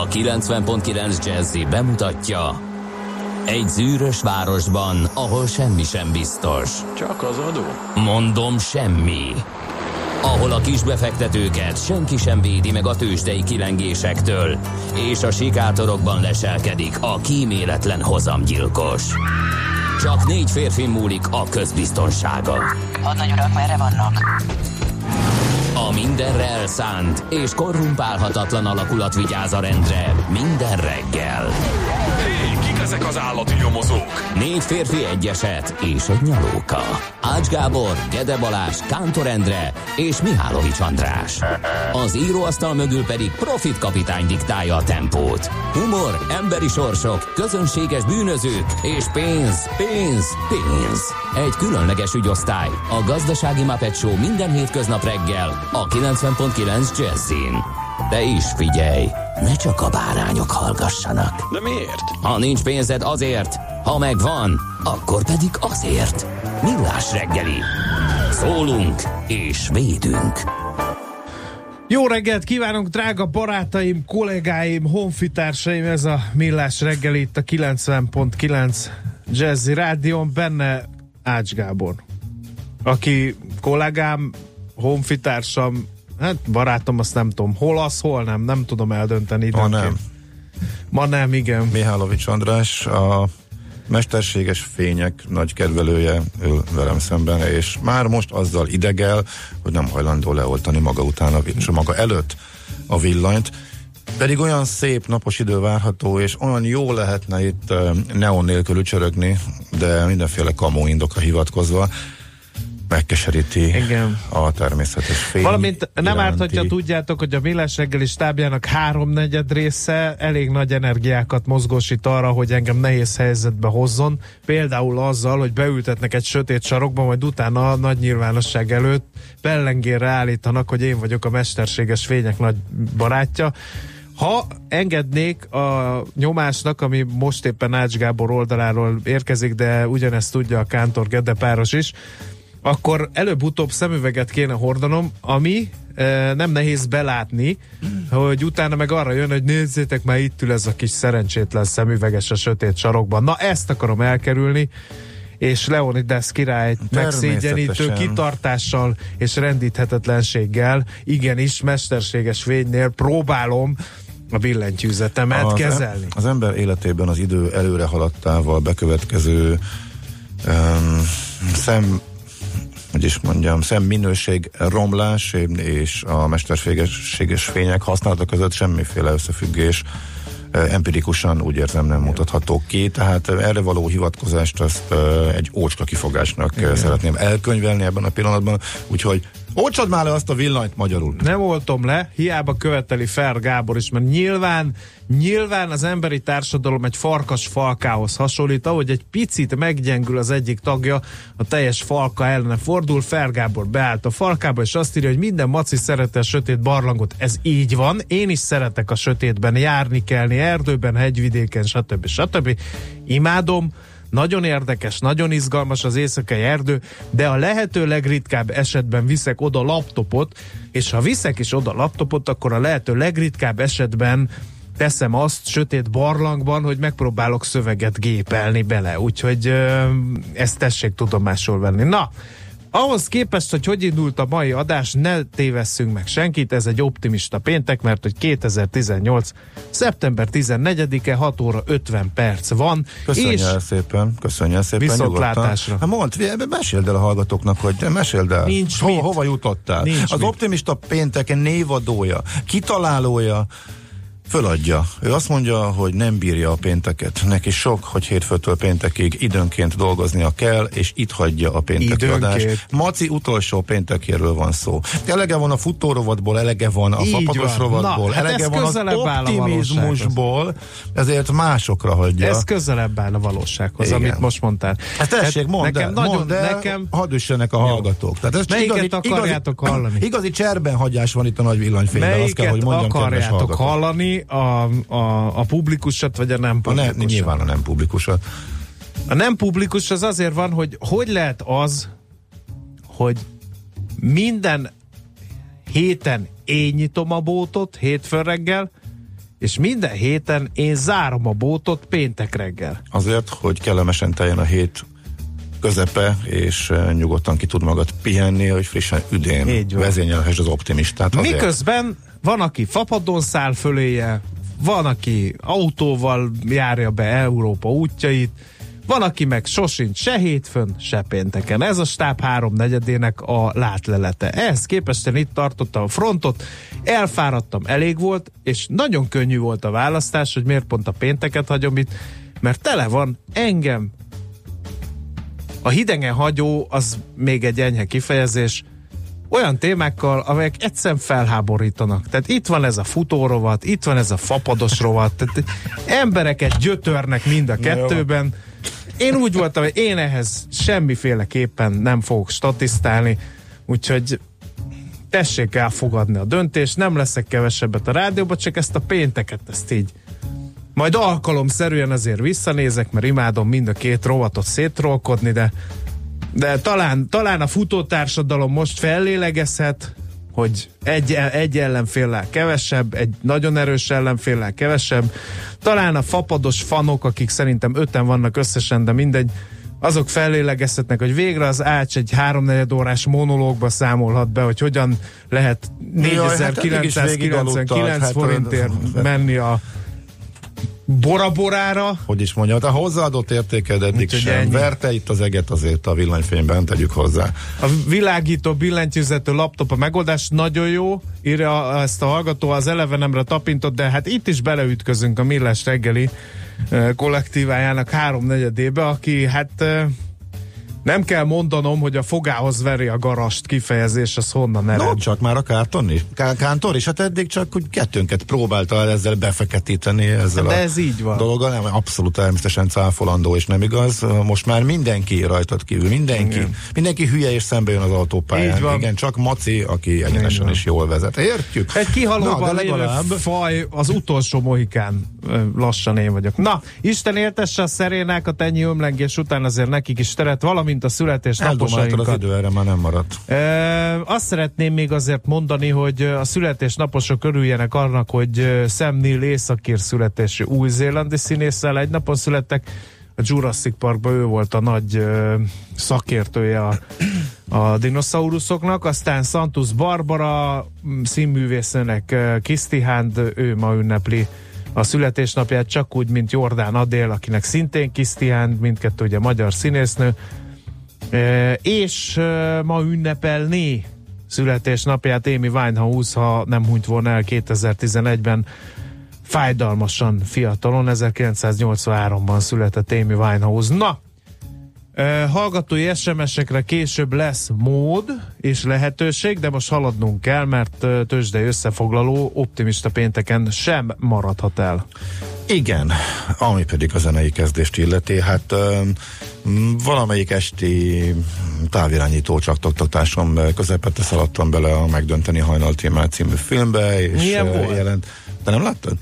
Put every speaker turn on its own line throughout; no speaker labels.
A 90.9 Jazzy bemutatja: egy zűrös városban, ahol semmi sem biztos.
Csak az adó?
Mondom, semmi. Ahol a kisbefektetőket senki sem védi meg a tőzsdei kilengésektől, és a sikátorokban leselkedik a kíméletlen hozamgyilkos. Csak 4 férfi múlik a közbiztonsága.
Hadnagy urak, merre vannak?
A mindenre elszánt és korrumpálhatatlan alakulat vigyáz a rendre minden reggel.
Hé, kik ezek az állati nyomozók?
4 férfi, egy eset és egy nyalóka. Ács Gábor, Gede Balázs, Kántor Endre és Mihálovics András. Az íróasztal mögül pedig Profit kapitány diktálja a tempót. Humor, emberi sorsok, közönséges bűnözők és pénz, pénz, pénz. Egy különleges ügyosztály, a Gazdasági Muppet Show minden hétköznap reggel a 90.9 Jazzyn. De is figyelj, ne csak a bárányok hallgassanak.
De miért?
Ha nincs pénzed, azért, ha megvan, akkor pedig azért. Millás reggeli. Szólunk és védünk.
Jó reggelt kívánunk, drága barátaim, kollégáim, honfitársaim, ez a Millás reggeli itt a 90.9 Jazzy Rádión, benne Ács Gábor, aki kollégám, honfitársam, hát barátom, azt nem tudom, hol az, hol nem tudom eldönteni. Ma nem, igen.
Mihálovics András, a mesterséges fények nagy kedvelője, ül velem szemben, és már most azzal idegel, hogy nem hajlandó leoltani maga után, és maga előtt a villanyt. Pedig olyan szép napos idő várható, és olyan jó lehetne itt neon nélkül ücsörögni, de mindenféle kamu indokra hivatkozva megkeseríti a természetes fény.
Valamint nem árt, hogyha tudjátok, hogy a Millás reggeli stábjának 3/4 része elég nagy energiákat mozgósít arra, hogy engem nehéz helyzetbe hozzon. Például azzal, hogy beültetnek egy sötét sarokba, majd utána a nagy nyilvánosság előtt pellengérre állítanak, hogy én vagyok a mesterséges fények nagy barátja. Ha engednék a nyomásnak, ami most éppen Ács Gábor oldaláról érkezik, de ugyanezt tudja a Kántor Gede páros is, akkor előbb-utóbb szemüveget kéne hordanom, ami nem nehéz belátni, hogy utána meg arra jön, hogy nézzétek, már itt ül ez a kis szerencsétlen szemüveges a sötét sarokban. Na, ezt akarom elkerülni, és Leonidas király megszégyenítő kitartással és rendíthetetlenséggel, igenis mesterséges fénynél próbálom a billentyűzetemet kezelni.
Az ember életében az idő előre haladtával bekövetkező szemminőség romlás és a mesterséges fények használata között semmiféle összefüggés empirikusan úgy érzem nem mutatható ki, tehát erre való hivatkozást azt egy ócska kifogásnak szeretném elkönyvelni ebben a pillanatban, úgyhogy oltsad már le azt a villanyt magyarul.
Nem oltom le, hiába követeli fel Gábor is, mert nyilván az emberi társadalom egy farkas falkához hasonlít, ahogy egy picit meggyengül az egyik tagja, a teljes falka ellene fordul. Fel Gábor beállt a falkába, és azt írja, hogy minden maci szereti a sötét barlangot. Ez így van, én is szeretek a sötétben járni, kelni, erdőben, hegyvidéken, stb. Imádom. Nagyon érdekes, nagyon izgalmas az éjszakai erdő, de a lehető legritkább esetben viszek oda laptopot, és ha viszek is oda laptopot, akkor a lehető legritkább esetben teszem azt sötét barlangban, hogy megpróbálok szöveget gépelni bele, úgyhogy ezt tessék tudomásul venni. Na, ahhoz képest, hogy indult a mai adás, ne tévesszünk meg senkit, ez egy optimista péntek, mert hogy 2018. szeptember 14-e 6 óra 50 perc van.
Köszönjel szépen.
Viszontlátásra.
Hát mondd, meséld el a hallgatóknak, hogy meséld el. Hova jutottál? Az optimista péntek névadója, kitalálója föladja. Ő azt mondja, hogy nem bírja a pénteket. Neki sok, hogy hétfőtől péntekig időnként dolgoznia kell, és itt hagyja a pénteki adást. Maci utolsó péntekéről van szó. Elege van a futórovatból, elege van a fapados rovatból, elege van az optimizmusból, ezért másokra hagyja.
Ez közelebb áll a valósághoz, igen, amit most mondtál.
Hát tessék, mondd el, hadd üssenek a hallgatók. Tehát
melyiket akarjátok hallani?
Igazi cserbenhagyás van itt a nagy villanyfényben.
Melyiket akarjátok hallani? A publikusat, vagy a nem publikusat?
Nyilván a nem publikusat.
A nem publikus az azért van, hogy lehet az, hogy minden héten én nyitom a bótot hétfőn reggel, és minden héten én zárom a bótot péntek reggel.
Azért, hogy kellemesen teljen a hét közepe, és nyugodtan ki tud magad pihenni, hogy frissen üdén vezényelhess az optimistát. Azért.
Miközben van, aki fapadon száll föléje, van, aki autóval járja be Európa útjait, van, aki meg sosincs se hétfőn, se pénteken. Ez a stáb 3/4-ének a látlelete. Ehhez képest én itt tartottam a frontot, elfáradtam, elég volt, és nagyon könnyű volt a választás, hogy miért pont a pénteket hagyom itt, mert tele van engem. A hidegen hagyó az még egy enyhe kifejezés, olyan témákkal, amelyek egyszerűen felháborítanak. Tehát itt van ez a futórovat, itt van ez a fapados rovat, tehát embereket gyötörnek mind a kettőben. Én úgy voltam, hogy én ehhez semmiféleképpen nem fogok statisztálni, úgyhogy tessék elfogadni a döntést, nem leszek kevesebbet a rádióban, csak ezt a pénteket, ezt így majd alkalomszerűen azért visszanézek, mert imádom mind a két rovatot szétrolkodni, de talán a futótársadalom most fellélegezhet, hogy egy ellenféllel kevesebb, egy nagyon erős ellenféllel kevesebb. Talán a fapados fanok, akik szerintem 5-en vannak összesen, de mindegy, azok fellélegezhetnek, hogy végre az Ács egy 3-4 órás monológba számolhat be, hogy hogyan lehet 4999 forintért menni a Bora-Borára.
Hogy is mondjam, a hozzáadott értéked eddig sem. Ennyi. Verte itt az eget azért a villanyfényben, tegyük hozzá.
A világító, billentyűzető laptop a megoldás nagyon jó, írja ezt a hallgató, az Elevenemre tapintott, de hát itt is beleütközünk a Millás reggeli kollektívájának 3/4-ébe, aki hát nem kell mondanom, hogy a fogához veri a garast kifejezés, az honnan ered.
No, csak már a Kántor is, hát eddig csak úgy kettőnket próbálta ezzel befeketíteni ezzel
de ez így van.
Dologgal, nem, abszolút természetesen cáfolandó és nem igaz. Most már mindenki rajtad kívül, mindenki hülye és szembe jön az autópályán. Igen, csak Maci, aki egyenesen is jól vezet. Értjük?
Egy kihalóban lévő faj, az utolsó mohikán, lassan én vagyok. Na, Isten éltesse a szerénákat ennyi ömlengés után, azért nekik is teret, valamint a születésnaposainkat.
Az idő, erre már nem maradt.
Azt szeretném még azért mondani, hogy a születésnaposok örüljenek annak, hogy Sam Neill északír születésű új-zélandi színésszel egy napon születtek. A Jurassic Parkban ő volt a nagy szakértője a dinoszauruszoknak, aztán Santos Barbara színművésznőnek Kirsty Hand, ő ma ünnepli a születésnapját, csak úgy, mint Jordán Adél, akinek szintén Kirsty Hand, mindkettő ugye magyar színésznő, és ma ünnepelné születésnapját Amy Winehouse, ha nem hunyt volna el 2011-ben fájdalmasan fiatalon, 1983-ban született Amy Winehouse. Na, hallgatói SMS-ekre később lesz mód és lehetőség, de most haladnunk kell, mert tőzsdei összefoglaló optimista pénteken sem maradhat el.
Igen, ami pedig a zenei kezdést illeti, hát valamelyik esti távirányító csaktoktatásom közepette szaladtam bele a Megdönteni Hajnal témát című filmbe, és jelent. Te nem láttad?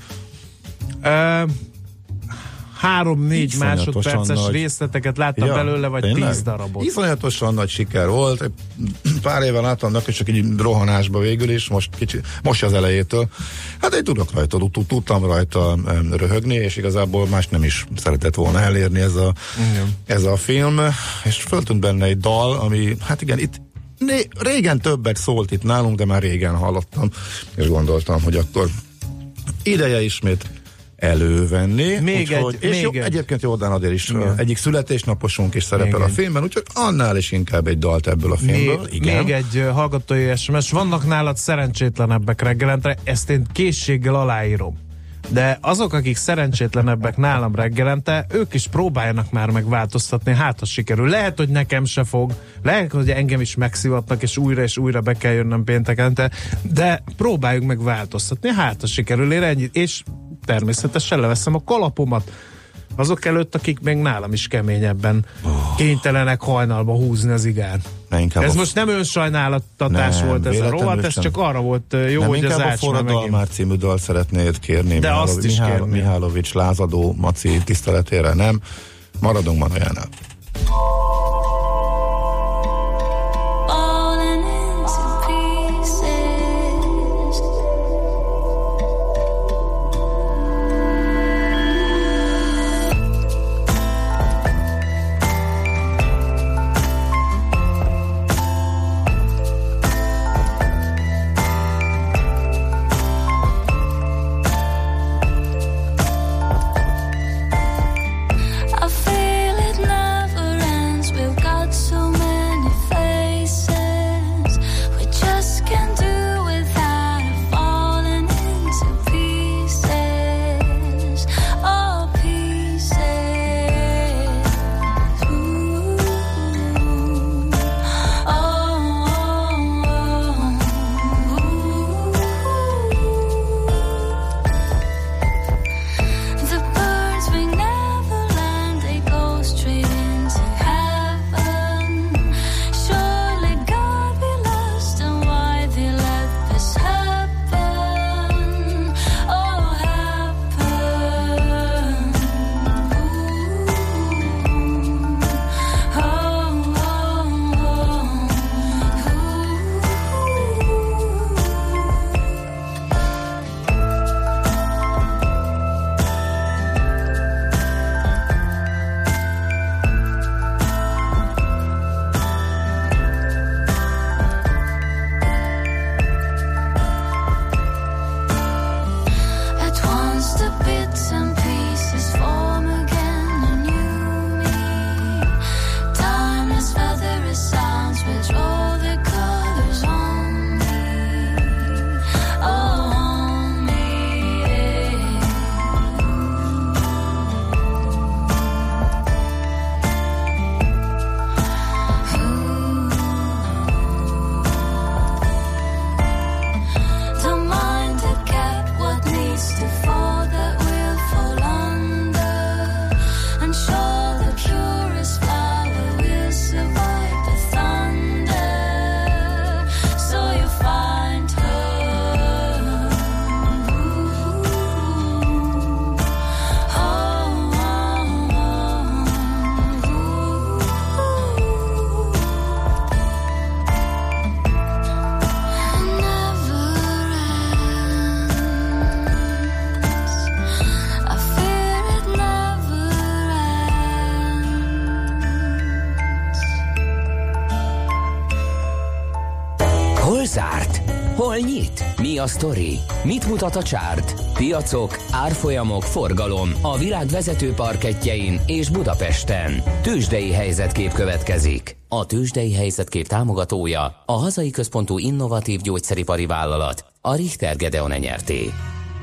3-4 másodperces részleteket láttam belőle, vagy tényleg? 10 darabot.
Iszonyatosan nagy siker volt. Pár éve láttam, de csak egy rohanásba végül is, most az elejétől. Hát én tudtam rajta röhögni, és igazából más nem is szeretett volna elérni ez a film. És föltűnt benne egy dal, ami, hát igen, itt régen többet szólt itt nálunk, de már régen hallottam, és gondoltam, hogy akkor ideje ismét elővenni. Egyébként Jordán Adél is egyik születésnaposunk is szerepel a filmben, úgyhogy annál is inkább egy dalt ebből a filmből.
Még egy hallgatói SMS. Vannak nálad szerencsétlenebbek reggelente, ezt én készséggel aláírom. De azok, akik szerencsétlenebbek nálam reggelente, ők is próbáljanak már megváltoztatni, hát ha sikerül. Lehet, hogy nekem se fog, lehet, hogy engem is megszivatnak, és újra be kell jönnöm péntekente, de próbáljuk meg változtatni, hát ha sikerül, én ennyit, és természetesen leveszem a kalapomat azok előtt, akik még nálam is keményebben kénytelenek hajnalba húzni az igán. Ez most nem önsajnálattatás volt ez a rovat, ez csak arra volt jó,
nem,
hogy az Ács
már megint. Nem, inkább a Forradalmár című dal szeretnéd kérni.
De azt is kérni.
Mihálovics lázadó Maci tiszteletére, nem? Maradunk Manojánál.
Hol nyit? Mi a sztori? Mit mutat a csárt? Piacok, árfolyamok, forgalom a világ vezető parkettjein és Budapesten. Tőzsdei helyzetkép következik. A Tőzsdei helyzetkép támogatója a hazai központú innovatív gyógyszeripari vállalat, a Richter Gedeon Nyrt.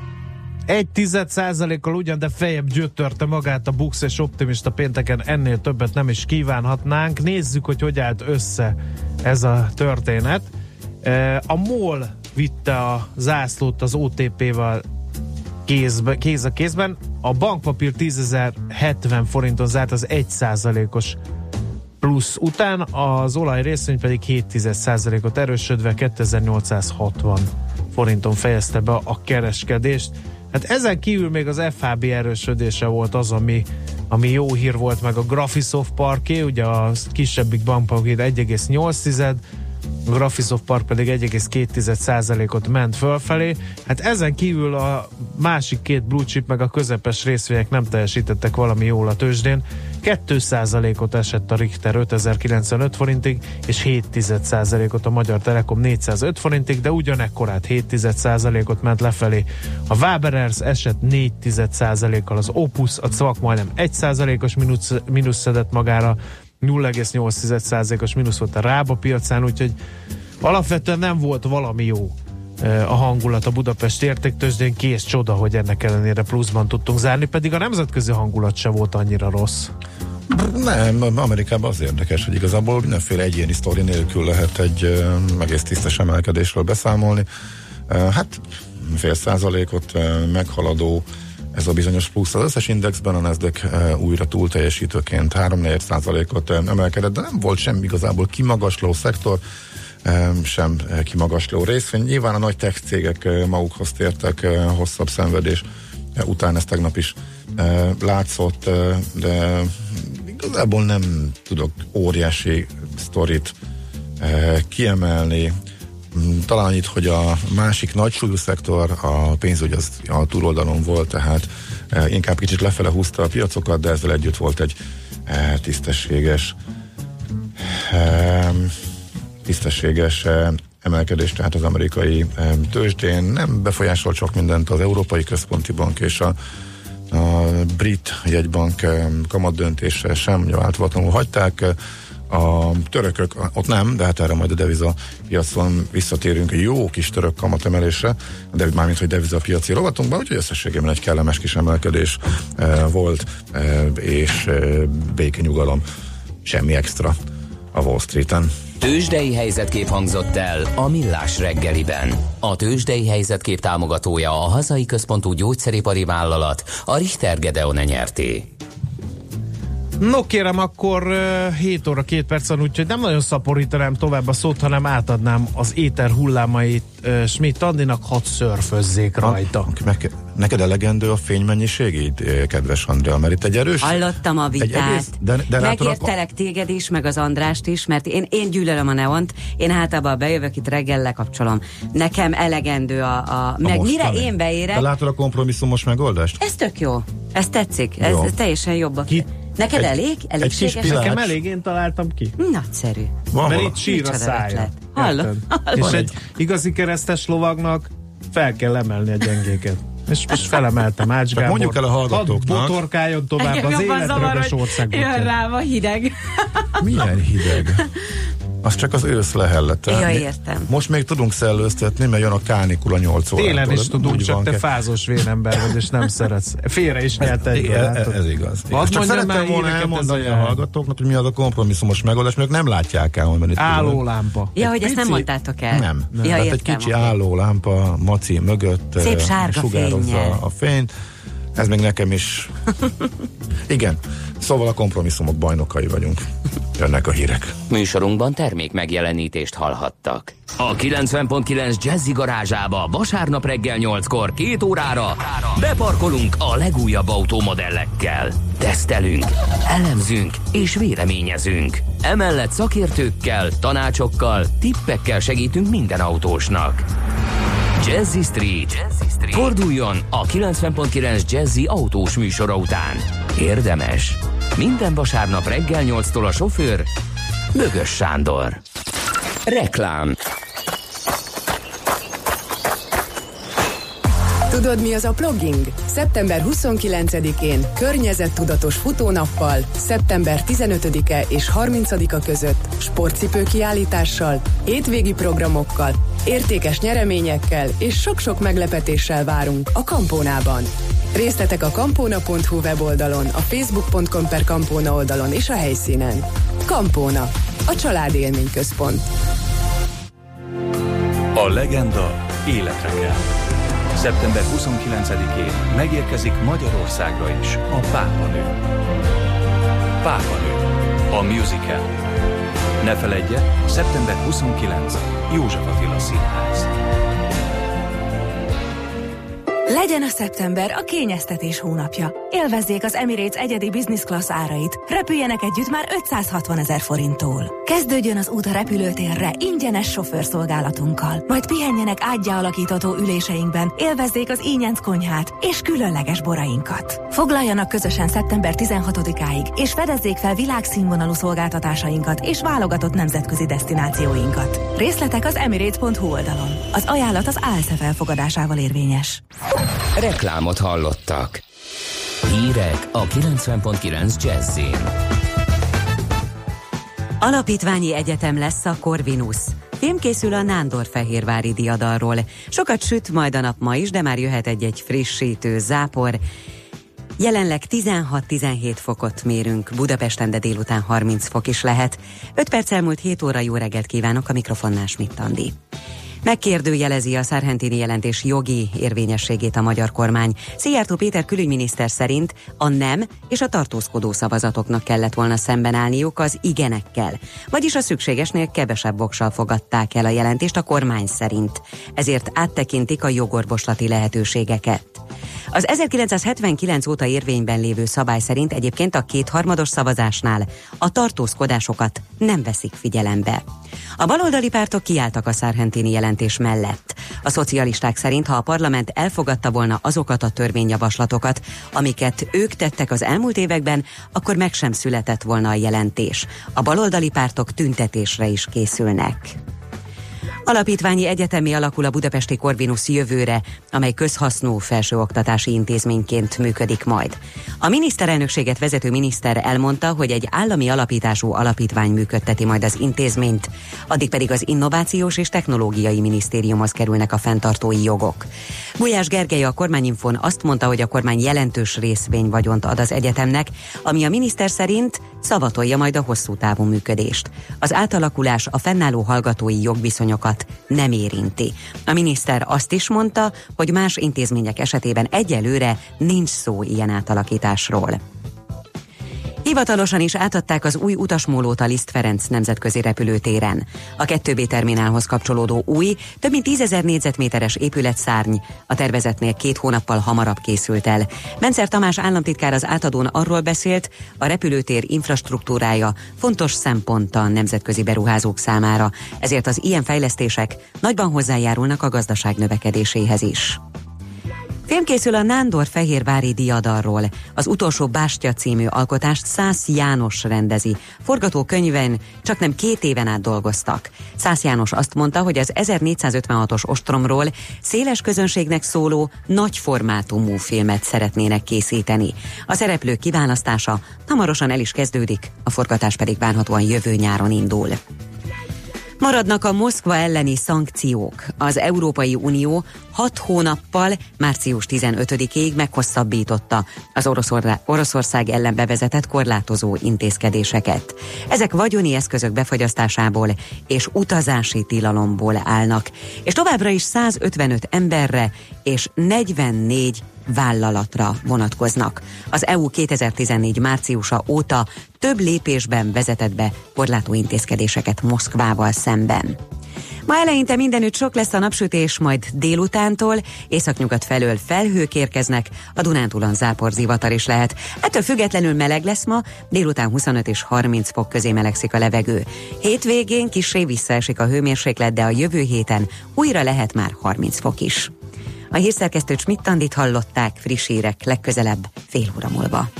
1,1%-kal ugyan, de feljebb gyötörte magát a Bux, és optimista pénteken ennél többet nem is kívánhatnánk. Nézzük, hogy állt össze ez a történet. A MOL vitte a zászlót az OTP-val kéz a kézben. A bankpapír 10.070 forinton zárt az 1%-os plusz után, az olaj részvény pedig 0,7%-ot erősödve 2860 forinton fejezte be a kereskedést. Hát ezen kívül még az FHB erősödése volt az, ami jó hír volt, meg a Graphisoft Parké, ugye a kisebbik bankpapír 1,8, a Graphisoft Park pedig 1,2%-ot ment fölfelé. Hát ezen kívül a másik két blue chip meg a közepes részvények nem teljesítettek valami jól a tőzsdén. 2%-ot esett a Richter 5095 forintig, és 0,7%-ot a Magyar Telekom 405 forintig, de ugyanekkorát 0,7%-ot ment lefelé. A Waberers esett 0,4%-kal, az Opus, a CVAK majdnem 1%-os mínusz szedett magára, 0,8%-os mínusz volt a Rába piacán, úgyhogy alapvetően nem volt valami jó a hangulat a Budapest értéktőzsdén. Kész csoda, hogy ennek ellenére pluszban tudtunk zárni, pedig a nemzetközi hangulat se volt annyira rossz.
Nem, Amerikában az érdekes, hogy igazából mindenféle egyéni sztori nélkül lehet egy egész tisztes emelkedésről beszámolni. Hát 0,5%-ot meghaladó ez a bizonyos plusz az összes indexben, a Nasdaq újra túl teljesítőként 3,4%-ot emelkedett, de nem volt sem igazából kimagasló szektor, sem kimagasló részvény. Nyilván a nagy tech cégek magukhoz tértek hosszabb szenvedés után, ez tegnap is látszott, de igazából nem tudok óriási sztorit kiemelni. Talán annyit, hogy a másik nagy súlyú szektor, a pénzügy az a túloldalon volt, tehát inkább kicsit lefele húzta a piacokat, de ezzel együtt volt egy tisztességes emelkedés, tehát az amerikai tőzsdén nem befolyásolt sok mindent az Európai Központi Bank és a brit jegybank kamatdöntése sem, változatlanul hagyták. A törökök, ott nem, de hát erre majd a devizapiacon visszatérünk jó kis török kamatemelésre, de mármint, hogy devizapiaci rovatunkban, úgyhogy összességében egy kellemes kis emelkedés volt, és békenyugalom, semmi extra a Wall Streeten.
Tőzsdei helyzetkép hangzott el a Millás reggeliben. A Tőzsdei helyzetkép támogatója a hazai központú gyógyszeripari vállalat, a Richter Gedeon Nyrt.
No kérem, akkor 7 óra 2 perc van, úgyhogy nem nagyon szaporítanám tovább a szót, hanem átadnám az éter hullámait Schmidt Andinak, hadd szörfözzék rajta.
Neked elegendő a fénymennyiség, kedves Andrea, mert itt egy erős...
Hallottam a vitát. Megértelek téged is, meg az Andrást is, mert én gyűlölöm a neont, én általában bejövök, itt reggel lekapcsolom. Nekem elegendő meg mire én beérek...
De látod a kompromisszumos megoldást?
Ez tök jó. Ez tetszik. Ez teljesen jobb. Neked elégséges?
Nekem elég, én találtam ki.
Nagyszerű.
Mert itt sír a szája.
Hallom.
És egy igazi keresztes lovagnak fel kell emelni a gyengéket. És most felemeltem Ács Gábor.
Mondjuk el a hallgatóknak.
Hadd botorkáljon tovább az életrögös országban.
Jön rám a hideg.
Milyen hideg? Az csak az ősz lehellete.
Ja, értem.
Most még tudunk szellőztetni, mert jön a kánikula 8 órától.
Télen is tudunk, csak te fázos vénember vagy, és nem szeretsz. Félre is nyert egy.
Ez igaz. Csak szerettem volna elmondani a hallgatóknak, hogy mi az a kompromisszumos megoldás, mert nem látják el, hogy itt
állólámpa.
Ja, hogy ezt nem mondtátok el.
Nem. Tehát egy kicsi állólámpa maci mögött
szép sárga
sugározza a fényt. Ez még nekem is. Igen. Szóval a kompromisszumok bajnokai vagyunk. Jönnek a hírek.
Műsorunkban termék megjelenítést hallhattak. A 90.9 Jazzy garázsába vasárnap reggel 8-kor 2 órára beparkolunk a legújabb automodellekkel. Tesztelünk, elemzünk és véleményezünk. Emellett szakértőkkel, tanácsokkal, tippekkel segítünk minden autósnak. Jazzy Street. Forduljon a 90.9 Jazzy autós műsora után. Érdemes. Minden vasárnap reggel 8-tól a sofőr, Bögös Sándor. Reklám.
Tudod, mi az a plogging? Szeptember 29-én környezettudatos futónappal, szeptember 15-e és 30-a között sportcipő kiállítással, hétvégi programokkal, értékes nyereményekkel és sok-sok meglepetéssel várunk a Campónában. Részletek a campona.hu weboldalon, a facebook.com/Campona oldalon és a helyszínen. Campona, a családélményközpont.
A legenda életre kell. Szeptember 29-én megérkezik Magyarországra is a Pápanő. Pápanő, a musical. Ne feledje, szeptember 29, József Attila Színház.
Legyen a szeptember a kényeztetés hónapja. Élvezzék az Emirates egyedi business class árait. Repüljenek együtt már 560 000 forinttól. Kezdődjön az út a repülőtérre ingyenes sofőrszolgálatunkkal. Majd pihenjenek ágyalakítató üléseinkben, élvezzék az ínyenc konyhát és különleges borainkat. Foglaljanak közösen szeptember 16-áig, és fedezzék fel világszínvonalú szolgáltatásainkat és válogatott nemzetközi desztinációinkat. Részletek az emirates.hu oldalon. Az ajánlat az ALSE felfogadásával érvényes.
Reklámot hallottak. Hírek a 90.9 Jazzin.
Alapítványi egyetem lesz a Corvinus. Film készül a Nándorfehérvári diadalról. Sokat süt majd a nap ma is, de már jöhet egy frissítő zápor. Jelenleg 16-17 fokot mérünk, Budapesten, de délután 30 fok is lehet. 5 perc elmúlt 7 óra, jó reggelt kívánok, a mikrofonnál Schmidt Andi. Megkérdőjelezi a Sargentini jelentés jogi érvényességét a magyar kormány. Szijjártó Péter külügyminiszter szerint a nem és a tartózkodó szavazatoknak kellett volna szemben állniuk az igenekkel. Vagyis a szükségesnél kevesebb voksal fogadták el a jelentést a kormány szerint. Ezért áttekintik a jogorvoslati lehetőségeket. Az 1979 óta érvényben lévő szabály szerint egyébként a kétharmados szavazásnál a tartózkodásokat nem veszik figyelembe. A baloldali pártok kiálltak a Sargentini jelentés mellett. A szocialisták szerint, ha a parlament elfogadta volna azokat a törvényjavaslatokat, amiket ők tettek az elmúlt években, akkor meg sem született volna a jelentés. A baloldali pártok tüntetésre is készülnek. Alapítványi egyetemmé alakul a budapesti Corvinus jövőre, amely közhasznú felsőoktatási intézményként működik majd. A miniszterelnökséget vezető miniszter elmondta, hogy egy állami alapítású alapítvány működteti majd az intézményt, addig pedig az Innovációs és Technológiai Minisztériumhoz kerülnek a fenntartói jogok. Gulyás Gergely a Kormányinfón azt mondta, hogy a kormány jelentős részvényvagyont ad az egyetemnek, ami a miniszter szerint szavatolja majd a hosszú távú működést. Az átalakulás a fennálló hallgatói jogviszonyokat nem érinti. A miniszter azt is mondta, hogy más intézmények esetében egyelőre nincs szó ilyen átalakításról. Hivatalosan is átadták az új utasmólót a Liszt Ferenc nemzetközi repülőtéren. A 2B terminálhoz kapcsolódó új, több mint 10 000 négyzetméteres épületszárny a tervezetnél 2 hónappal hamarabb készült el. Bencer Tamás államtitkár az átadón arról beszélt, a repülőtér infrastruktúrája fontos szempont a nemzetközi beruházók számára, ezért az ilyen fejlesztések nagyban hozzájárulnak a gazdaság növekedéséhez is. Film készül a Nándorfehérvári diadalról. Az Utolsó bástya című alkotást Szász János rendezi. Forgatókönyven csaknem 2 éven át dolgoztak. Szász János azt mondta, hogy az 1456-os ostromról széles közönségnek szóló, nagy formátumú filmet szeretnének készíteni. A szereplők kiválasztása hamarosan el is kezdődik, a forgatás pedig várhatóan jövő nyáron indul. Maradnak a Moszkva elleni szankciók. Az Európai Unió 6 hónappal, március 15-ig meghosszabbította az Oroszország ellen bevezetett korlátozó intézkedéseket. Ezek vagyoni eszközök befagyasztásából és utazási tilalomból állnak, és továbbra is 155 emberre és 44 vállalatra vonatkoznak. Az EU 2014 márciusa óta több lépésben vezetett be korlátó intézkedéseket Moszkvával szemben. Ma eleinte mindenütt sok lesz a napsütés, majd délutántól északnyugat felől felhők érkeznek, a Dunántúlon záporzivatar is lehet. Ettől függetlenül meleg lesz ma, délután 25 és 30 fok közé melegszik a levegő. Hétvégén kissé visszaesik a hőmérséklet, de a jövő héten újra lehet már 30 fok is. A hírszerkesztőt Schmidt Andit hallották, friss hírek legközelebb fél óra múlva.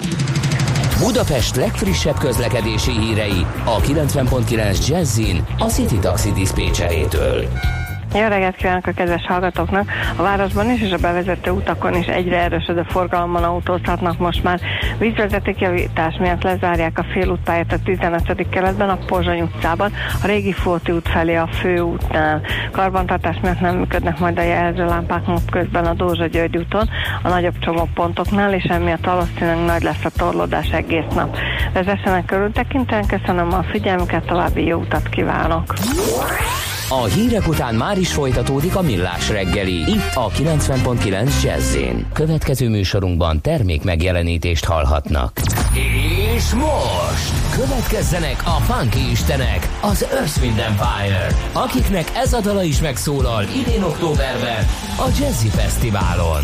Budapest legfrissebb közlekedési hírei a 90.9 Jazzin a City Taxi diszpécserétől.
Jó reggelt kívánok a kedves hallgatóknak! A városban is és a bevezető utakon is egyre erősödő forgalomban autózhatnak most már. Vízvezetékjavítás miatt lezárják a félútpályát a 15. keletben, a Pozsony utcában, a régi Fóti út felé a főútnál. Karbantartás miatt nem működnek majd a jelzőlámpák közben a Dózsa György úton, a nagyobb csomópontoknál, és emiatt valószínűleg nagy lesz a torlódás egész nap. Vezessenek körültekintően, köszönöm a figyelmüket, további jó utat kívánok!
A hírek után már is folytatódik a Millás reggeli, itt a 90.9 Jazz-én. Következő műsorunkban termék megjelenítést hallhatnak. És most következzenek a funky istenek, az Earth, Wind & Fire, akiknek ez a dala is megszólal idén októberben a Jazzy Fesztiválon.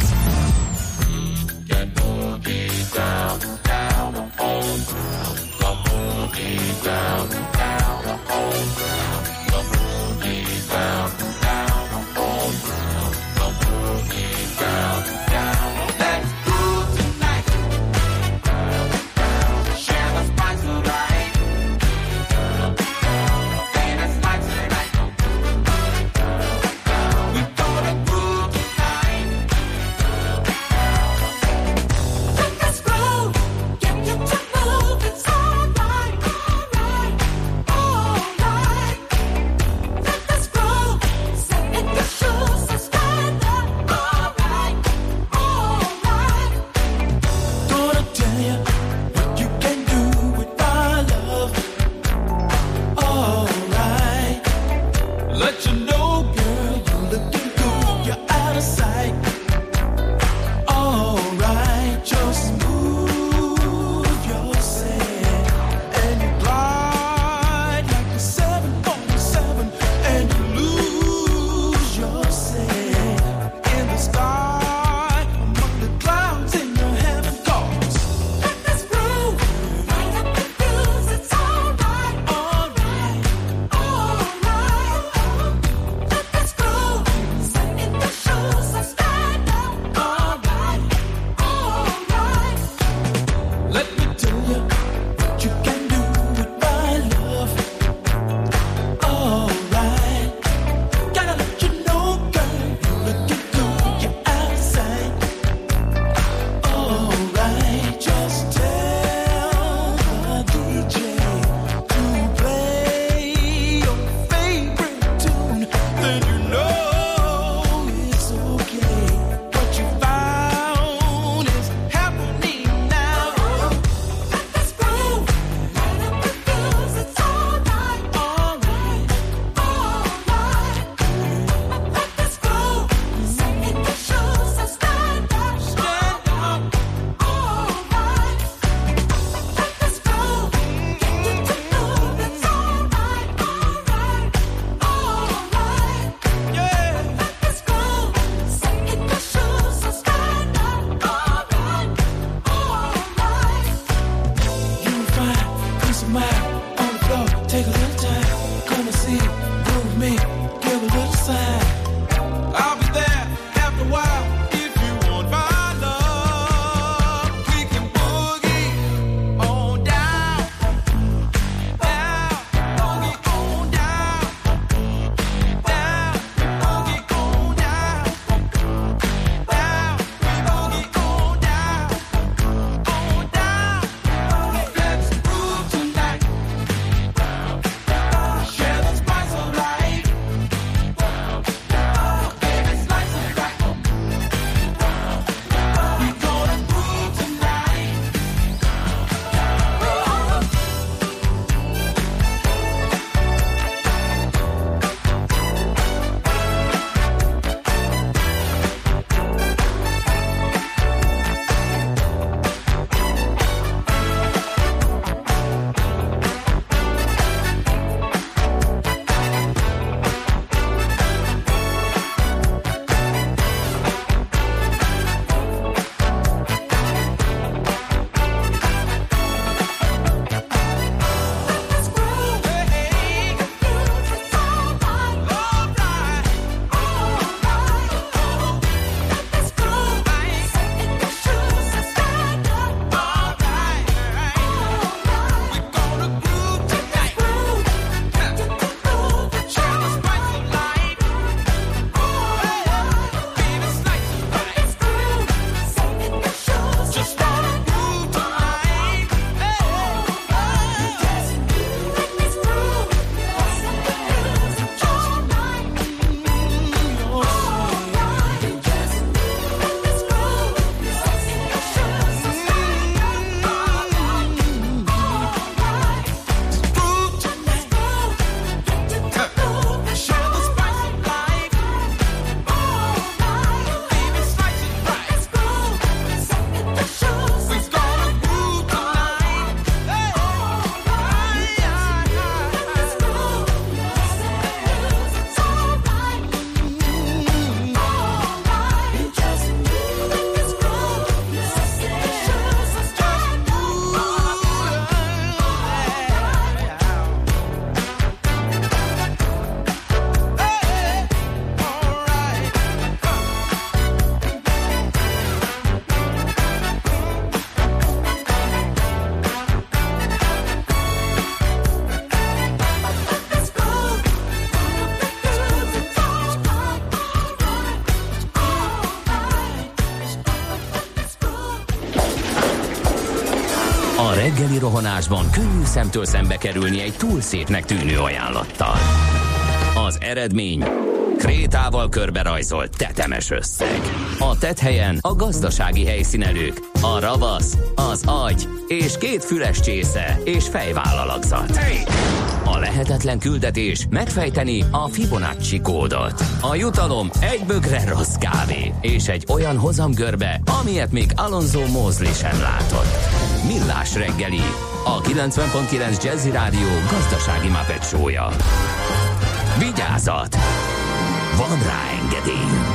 reggeli rohanásban könnyű szemtől szembe kerülni egy túl szépnek tűnő ajánlattal. Az eredmény... krétával körberajzolt tetemes összeg. A tetthelyen a gazdasági helyszínelők, a ravasz, az agy és 2 füles csésze és fejvállalakzat. A lehetetlen küldetés megfejteni a Fibonacci kódot. A jutalom egy bögre rossz kávé és egy olyan hozamgörbe, amilyet még Alonso Mosley sem látott. Millás reggeli, a 90.9 Jazzy Rádió gazdasági Muppet show-ja. Vigyázat! Van rá engedélyünk.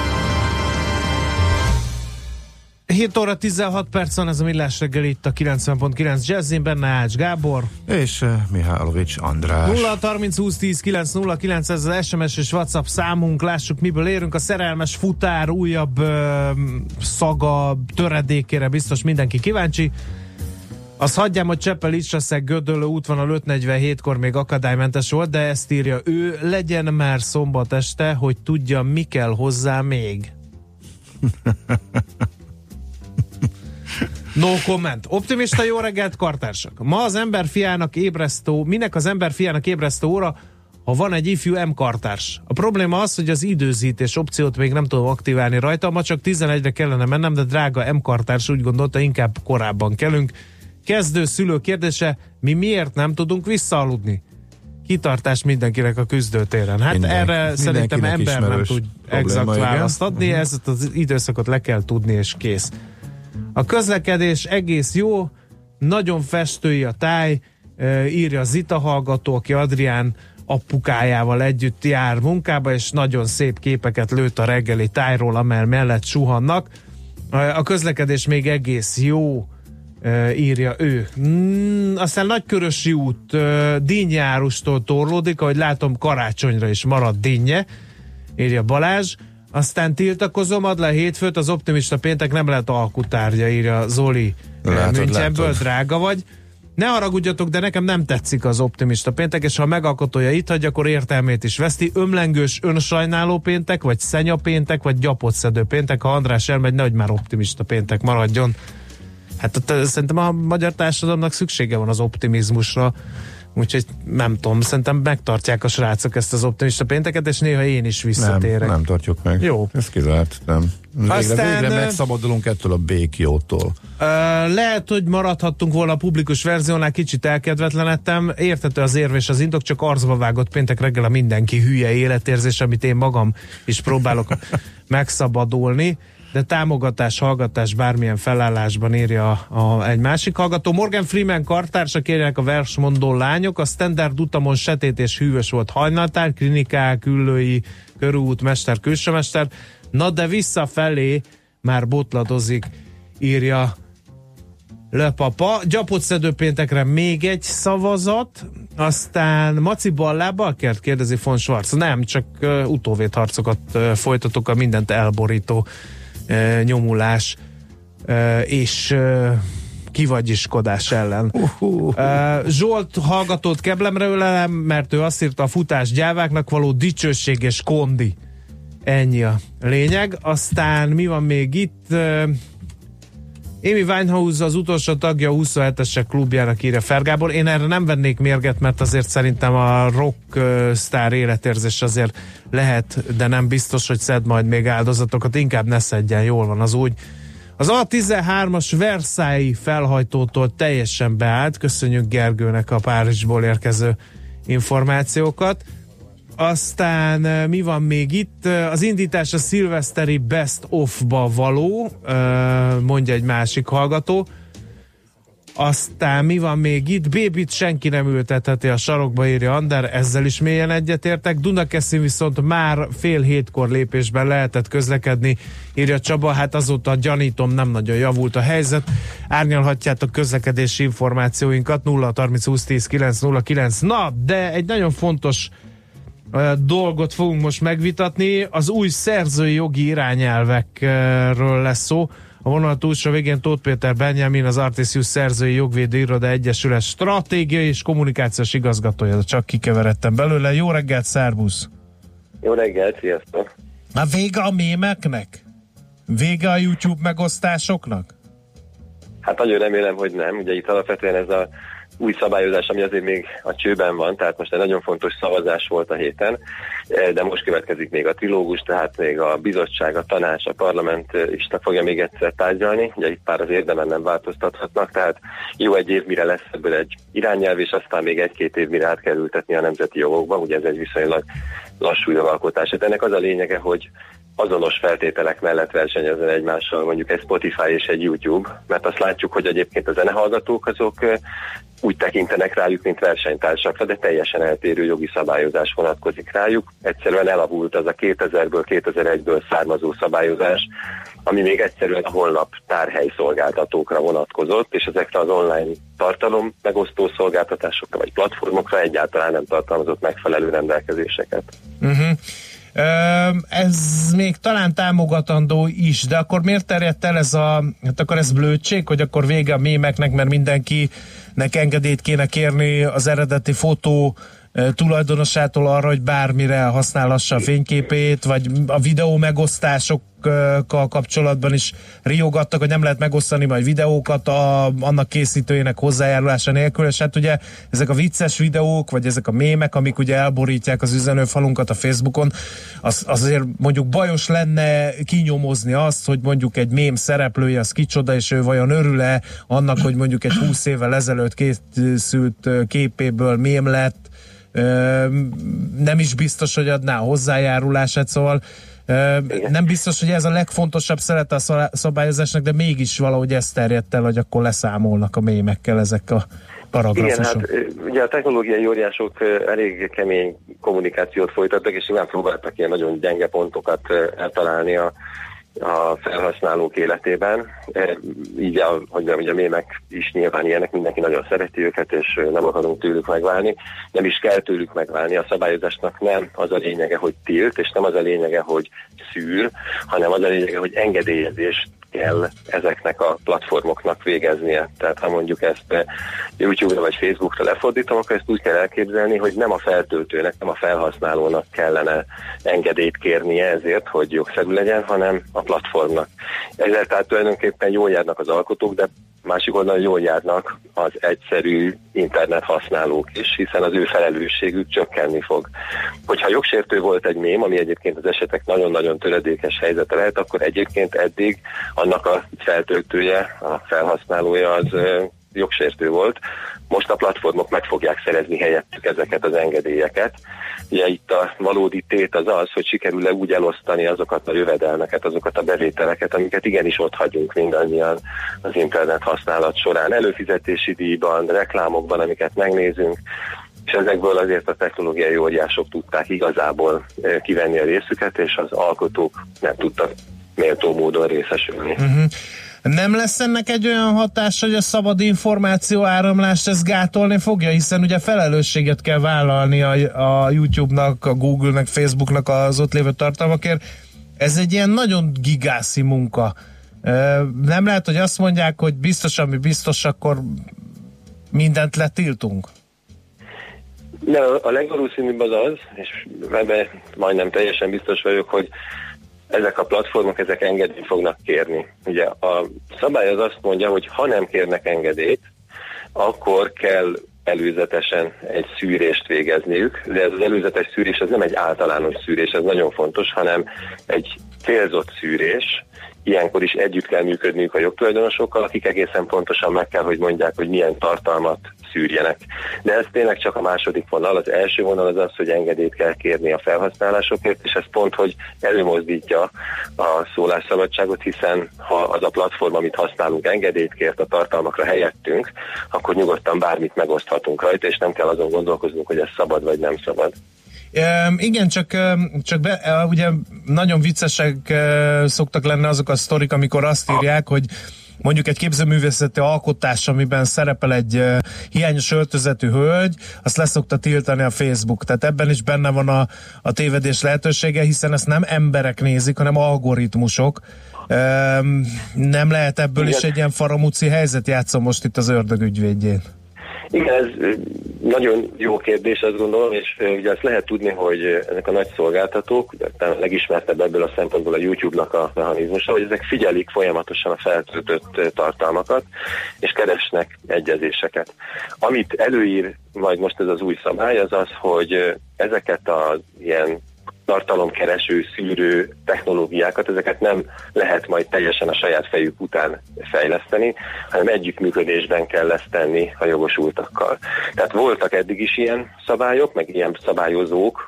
7 óra 16 perc van, ez a Millás reggeli itt a 90.9 Jazzin, benne Ács Gábor.
És Mihálovics András.
0-30-20-10-9-09, ez az SMS és WhatsApp számunk, lássuk miből érünk. A szerelmes futár újabb szaga töredékére biztos mindenki kíváncsi. Azt hagyjám, hogy Csepel-Icsaszeg Gödöllő útvonal 5:47-kor még akadálymentes volt, de ezt írja ő, legyen már szombat este, hogy tudja, mi kell hozzá még. No comment. Optimista jó reggelt, kartársak. Ma az ember fiának ébresztő, minek az ember fiának ébresztő óra, ha van egy ifjú M-kartárs. A probléma az, hogy az időzítés opciót még nem tudom aktiválni rajta, ma csak 11-re kellene mennem, de drága M-kartárs úgy gondolta, inkább korábban kelünk. Kezdő szülő kérdése, mi miért nem tudunk visszaaludni? Kitartás mindenkinek a küzdőtéren. Hát erre szerintem ember nem tud exakt választ adni, ezt az időszakot le kell tudni, és kész. A közlekedés egész jó, nagyon festői a táj, írja a Zita hallgató, aki Adrián apukájával együtt jár munkába, és nagyon szép képeket lőtt a reggeli tájról, amely mellett suhannak. A közlekedés még egész jó, írja ő. Aztán Nagykörösi út Dínyjárustól torlódik, ahogy látom, karácsonyra is marad Dinnye, írja Balázs. Aztán tiltakozom, add le hétfőt, az optimista péntek nem lehet alkutárgya, írja Zoli Münchenből, drága vagy. Ne haragudjatok, de nekem nem tetszik az optimista péntek, és ha a megalkotója itt hagy, akkor értelmét is veszti. Ömlengős, önsajnáló péntek, vagy szenya péntek, vagy gyapotszedő péntek. Ha András elmegy, nehogy már optimista péntek maradjon. Hát szerintem a magyar társadalomnak szüksége van az optimizmusra, úgyhogy nem tudom, szerintem megtartják a srácok ezt az optimista pénteket, és néha én is visszatérek.
Nem tartjuk meg.
Jó.
Ez kizárt, nem. Végre megszabadulunk ettől a békjótól.
Lehet, hogy maradhattunk volna a publikus verziónál, kicsit elkedvetlenedtem. Érthető az érv és az indok, csak arcba vágott péntek reggel a mindenki hülye életérzés, amit én magam is próbálok megszabadulni. De támogatás, hallgatás bármilyen felállásban, írja egy másik hallgató. Morgan Freeman kartársa, kérjenek a versmondó lányok, a standard utamon setét és hűvös volt hajnaltár, klinikák, Üllői, körút, mester, külsőmester. Na de visszafelé már botladozik, írja Löpapa. Gyapotszedő péntekre még egy szavazat, aztán Maci ballábbal kert, kérdezi von Schwarz. Nem, csak utóvédharcokat folytatok a mindent elborító nyomulás és kivagyiskodás ellen. Zsolt hallgatót keblemre ölelem, mert ő azt írta, a futás gyáváknak való dicsőség és kondi. Ennyi a lényeg. Aztán mi van még itt? Amy Winehouse az utolsó tagja a 27-esek klubjának, írja Fergából. Én erre nem vennék mérget, mert azért szerintem a rockstar életérzés azért lehet, de nem biztos, hogy szed majd még áldozatokat. Inkább ne szedjen, jól van az úgy. Az A13-as Versailles felhajtótól teljesen beállt. Köszönjük Gergőnek a Párizsból érkező információkat. Aztán mi van még itt? Az indítás a szilveszteri Best of-ba való, mondja egy másik hallgató. Aztán mi van még itt? Bébit senki nem ültetheti a sarokba, írja Ander, ezzel is mélyen egyetértek. Dunakeszin viszont már 6:30 lépésben lehetett közlekedni, írja Csaba, hát azóta gyanítom nem nagyon javult a helyzet. Árnyalhatjátok közlekedési információinkat 0-30-20-10-9-09. Na, de egy nagyon fontos dolgot fogunk most megvitatni, az új szerzői jogi irányelvekről lesz szó. A vonal túlsó végén Tóth Péter Benjamin, az Artisius Szerzői Jogvédő Iroda Egyesület stratégiai és kommunikációs igazgatója, csak kikeveredtem belőle. Jó reggelt, szervusz!
Jó reggelt, sziasztok!
Már vége a mémeknek? Vége a YouTube megosztásoknak?
Hát nagyon remélem, hogy nem. Ugye itt alapvetően ez a új szabályozás, ami azért még a csőben van, tehát most egy nagyon fontos szavazás volt a héten, de most következik még a trilógus, tehát még a bizottság, a tanács, a parlament is fogja még egyszer tárgyalni, ugye itt már az érdemen nem változtathatnak, tehát jó egy év, mire lesz ebből egy irányelv, és aztán még 1-2 év, mire át kell ültetni a nemzeti jogokba, ugye ez egy viszonylag lassú jogalkotás. Hát ennek az a lényege, hogy azonos feltételek mellett versenyezzen egymással mondjuk egy Spotify és egy YouTube, mert azt látjuk, hogy egyébként a zenehallgatók azok úgy tekintenek rájuk, mint versenytársakra, de teljesen eltérő jogi szabályozás vonatkozik rájuk. Egyszerűen elavult az a 2000-ből, 2001-ből származó szabályozás, ami még egyszerűen a honlap tárhely szolgáltatókra vonatkozott, és ezekre az online tartalom megosztó szolgáltatásokra vagy platformokra egyáltalán nem tartalmazott megfelelő rendelkezéseket.
Ez még talán támogatandó is, de akkor miért terjedt el hát akkor ez blödség, hogy akkor vége a mémeknek, mert mindenkinek engedélyt kéne kérni az eredeti fotó tulajdonosától arra, hogy bármire használhassa a fényképét, vagy a videó megosztásokkal kapcsolatban is riogattak, hogy nem lehet megosztani majd videókat annak készítőjének hozzájárulása nélkül, és hát ugye ezek a vicces videók, vagy ezek a mémek, amik ugye elborítják az üzenőfalunkat a Facebookon, az azért mondjuk bajos lenne kinyomozni azt, hogy mondjuk egy mém szereplője az kicsoda, és ő vajon örül-e annak, hogy mondjuk egy 20 évvel ezelőtt készült képéből mém lett, nem is biztos, hogy adná a hozzájárulását, szóval nem biztos, hogy ez a legfontosabb szerete a szabályozásnak, de mégis valahogy ez terjedt el, hogy akkor leszámolnak a mémekkel ezek a paragrafusok.
Igen, hát ugye a technológiai óriások elég kemény kommunikációt folytattak, és nyilván próbáltak ilyen nagyon gyenge pontokat eltalálni a felhasználók életében. Így hogy a mémek is nyilván ilyenek, mindenki nagyon szereti őket, és nem akarunk tőlük megválni. Nem is kell tőlük megválni. A szabályozásnak nem az a lényege, hogy tilt, és nem az a lényege, hogy szűr, hanem az a lényege, hogy engedélyezést kell ezeknek a platformoknak végeznie. Tehát ha mondjuk ezt YouTube-ra vagy Facebookra lefordítom, akkor ezt úgy kell elképzelni, hogy nem a feltöltőnek, nem a felhasználónak kellene engedélyt kérnie ezért, hogy jogszerű legyen, hanem a platformnak. Ezzel tehát tulajdonképpen jól járnak az alkotók, de másik oldalon jól járnak az egyszerű internet használók is, hiszen az ő felelősségük csökkenni fog. Hogyha jogsértő volt egy mém, ami egyébként az esetek nagyon-nagyon töredékes helyzete lehet, akkor egyébként eddig annak a feltöltője, a felhasználója az jogsértő volt. Most a platformok meg fogják szerezni helyettük ezeket az engedélyeket. Ugye itt a valódi tét az az, hogy sikerül-e úgy elosztani azokat a jövedelmeket, azokat a bevételeket, amiket igenis ott hagyunk mindannyian az internet használat során. Előfizetési díjban, reklámokban, amiket megnézünk, és ezekből azért a technológiai óriások tudták igazából kivenni a részüket, és az alkotók nem tudtak méltó módon részesülni.
Nem lesz ennek egy olyan hatás, hogy a szabad információ áramlást ez gátolni fogja, hiszen ugye felelősséget kell vállalni a YouTube-nak, a Google-nek, Facebook-nak az ott lévő tartalmakért. Ez egy ilyen nagyon gigászi munka. Nem lehet, hogy azt mondják, hogy biztos, ami biztos, akkor mindent letiltunk?
De a legvalószínűbb az, és ebben majdnem teljesen biztos vagyok, hogy ezek a platformok, ezek engedélyt fognak kérni. Ugye a szabály az azt mondja, hogy ha nem kérnek engedélyt, akkor kell előzetesen egy szűrést végezniük, de ez az előzetes szűrés ez nem egy általános szűrés, ez nagyon fontos, hanem egy célzott szűrés. Ilyenkor is együtt kell működniük a jogtulajdonosokkal, akik egészen pontosan meg kell, hogy mondják, hogy milyen tartalmat szűrjenek. De ez tényleg csak a második vonal. Az első vonal az az, hogy engedélyt kell kérni a felhasználásokért, és ez pont, hogy előmozdítja a szólásszabadságot, hiszen ha az a platform, amit használunk, engedélyt kért a tartalmakra helyettünk, akkor nyugodtan bármit megoszthatunk rajta, és nem kell azon gondolkoznunk, hogy ez szabad vagy nem szabad.
Igen, csak ugye nagyon viccesek szoktak lenni azok a sztorik, amikor azt írják, hogy mondjuk egy képzőművészeti alkotás, amiben szerepel egy hiányos öltözetű hölgy, azt leszokta tiltani a Facebook. Tehát ebben is benne van a tévedés lehetősége, hiszen ezt nem emberek nézik, hanem algoritmusok. Nem lehet ebből is egy ilyen faramúci helyzet, játszom most itt az ördög ügyvédjén.
Igen, ez nagyon jó kérdés, azt gondolom, és ugye azt lehet tudni, hogy ezek a nagy szolgáltatók, ugye a legismertebb ebből a szempontból a YouTube-nak a mechanizmusa, hogy ezek figyelik folyamatosan a feltöltött tartalmakat, és keresnek egyezéseket. Amit előír majd most ez az új szabály, az az, hogy ezeket az ilyen tartalomkereső, szűrő technológiákat, ezeket nem lehet majd teljesen a saját fejük után fejleszteni, hanem együttműködésben kell ezt tenni a jogosultakkal. Tehát voltak eddig is ilyen szabályok, meg ilyen szabályozók,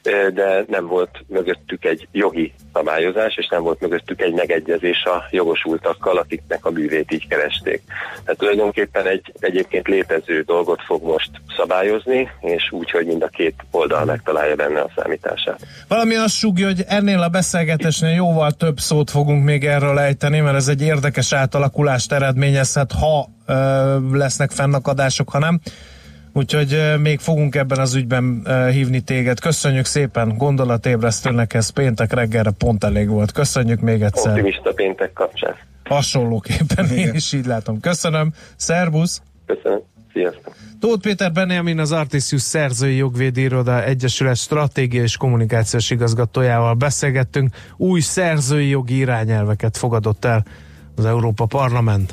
de nem volt mögöttük egy jogi szabályozás, és nem volt mögöttük egy megegyezés a jogosultakkal, akiknek a művét így keresték. Tehát tulajdonképpen egy egyébként létező dolgot fog most szabályozni, és úgy, hogy mind a két oldal megtalálja benne a számítását.
Valami azt súgja, hogy ennél a beszélgetésnél jóval több szót fogunk még erről ejteni, mert ez egy érdekes átalakulást eredményezhet, ha lesznek fennakadások, ha nem. Úgyhogy még fogunk ebben az ügyben hívni téged. Köszönjük szépen, gondolatébresztőnek, ez péntek reggelre pont elég volt. Köszönjük még egyszer.
Optimista péntek kapcsán.
Hasonlóképpen én is így látom. Köszönöm, szervusz!
Köszönöm, sziasztok!
Tóth Péter Benjamin, az Artisius Szerzői Jogvédi Iroda Egyesület stratégiai és kommunikációs igazgatójával beszélgettünk. Új szerzői jogi irányelveket fogadott el az Európa Parlament.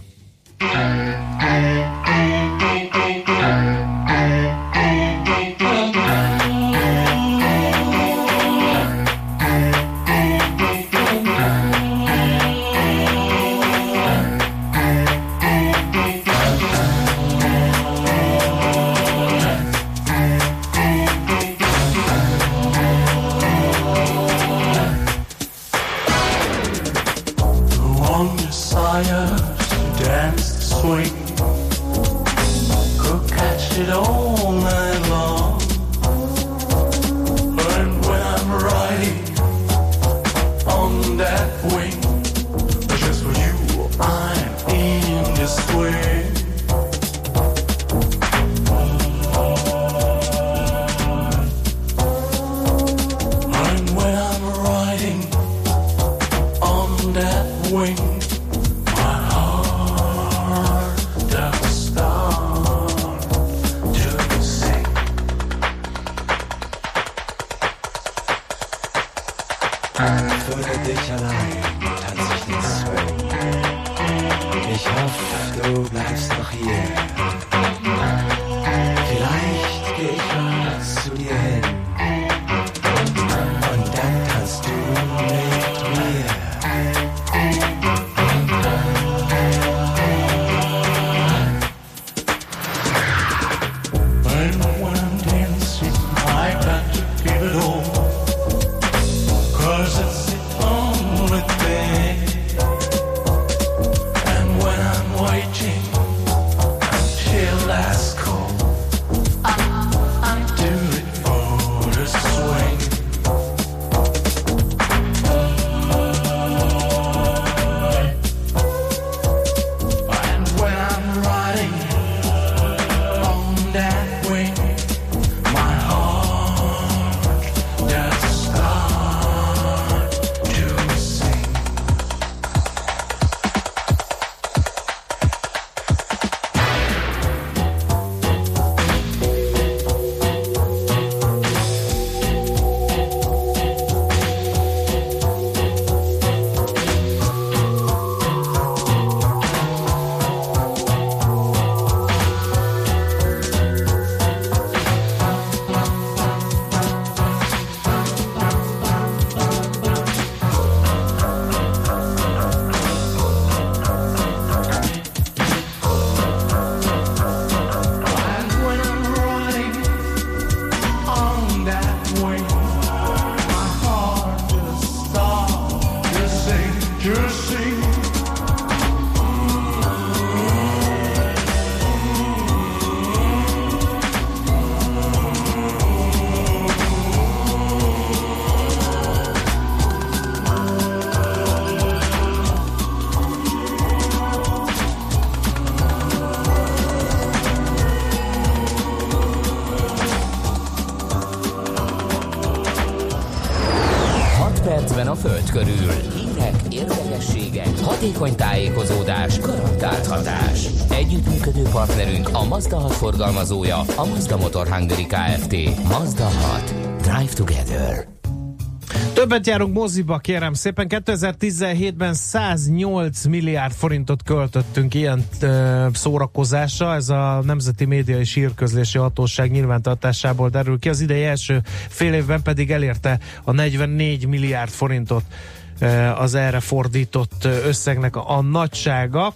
A Föld körül. Hírek, érdekességek, hatékony tájékozódás, garantált hatás. Együttműködő partnerünk a Mazda 6 forgalmazója, a Mazda Motor Hungary Kft. Mazda 6. Drive together.
Többet járunk moziba, kérem szépen. 2017-ben 108 milliárd forintot költöttünk ilyen szórakozásra. Ez a Nemzeti Média és Hírközlési Hatóság nyilvántartásából derül ki. Az idei első fél évben pedig elérte a 44 milliárd forintot az erre fordított összegnek a nagysága.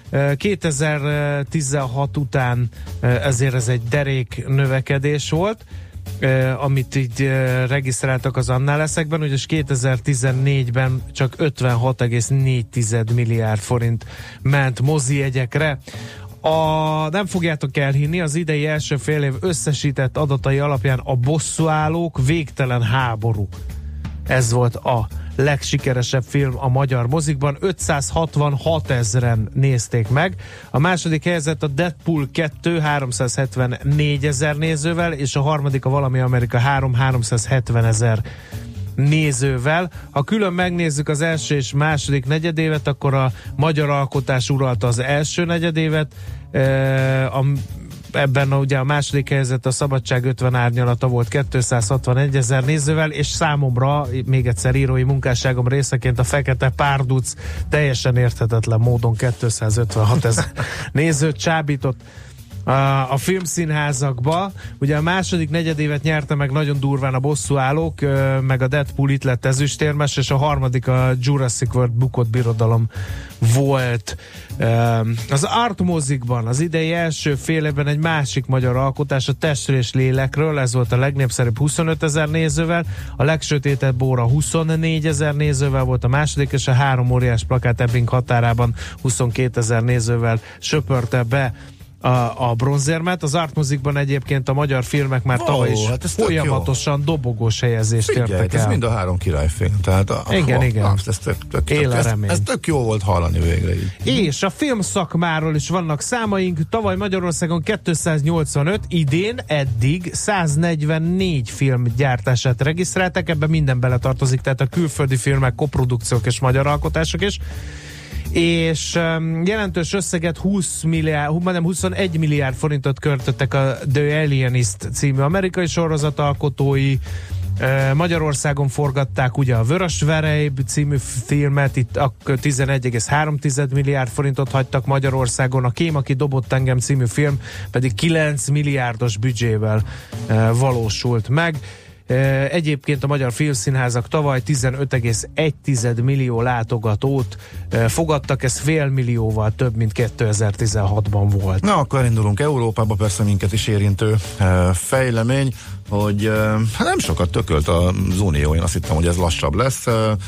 2016 után ezért ez egy derék növekedés volt, amit így regisztráltak az annáleszekben, ugyanis 2014-ben csak 56,4 milliárd forint ment mozijegyekre. Nem fogjátok elhinni, az idei első fél év összesített adatai alapján a Bosszúállók végtelen háború. Ez volt a legsikeresebb film a magyar mozikban, 566 000-en nézték meg. A második helyzet a Deadpool 2 374 000 nézővel, és a harmadik a Valami Amerika 370 000 nézővel. Ha külön megnézzük az első és második negyedévet, akkor a magyar alkotás uralta az első negyedévet, ebben ugye a második helyzet a Szabadság 50 árnyalata volt 261 000 nézővel, és számomra, még egyszer írói munkásságom részeként a Fekete Párduc teljesen érthetetlen módon 256 000 nézőt csábított a filmszínházakba. Ugye a második negyedévet nyerte meg nagyon durván a Bosszúállók, meg a Deadpool itt lett ezüstérmes, és a harmadik a Jurassic World Bukott Birodalom volt. Az Art mozikban az idei első fél évben egy másik magyar alkotás, a Testről és lélekről, ez volt a legnépszerűbb 25 000 nézővel, a legsötétebb óra 24 000 nézővel volt a második, és a Három óriás plakát Ebbing határában 22 000 nézővel söpörte be a bronzérmet. Az Art mozikban egyébként a magyar filmek már tavaly is folyamatosan dobogós helyezést értek el.
Ez mind a három királyfilm. Tehát
igen.
Ez tök jó volt hallani végre így.
És a filmszakmáról is vannak számaink. Tavaly Magyarországon 285, idén eddig 144 film gyártását regisztráltak, ebben minden beletartozik, tehát a külföldi filmek, koprodukciók és magyar alkotások is. És jelentős összeget 21 milliárd forintot költöttek a The Alienist című amerikai sorozat alkotói. Magyarországon forgatták ugye a Vörös Verej című filmet, itt 11,3 milliárd forintot hagytak Magyarországon, a Kém, aki dobott engem című film pedig 9 milliárdos büdzsével valósult meg. Egyébként a magyar filmszínházak tavaly 15,1 millió látogatót fogadtak, ez fél millióval több, mint 2016-ban volt.
Na, akkor indulunk Európába, persze minket is érintő fejlemény, hogy nem sokat tökölt az Unió, én azt hittem, hogy ez lassabb lesz,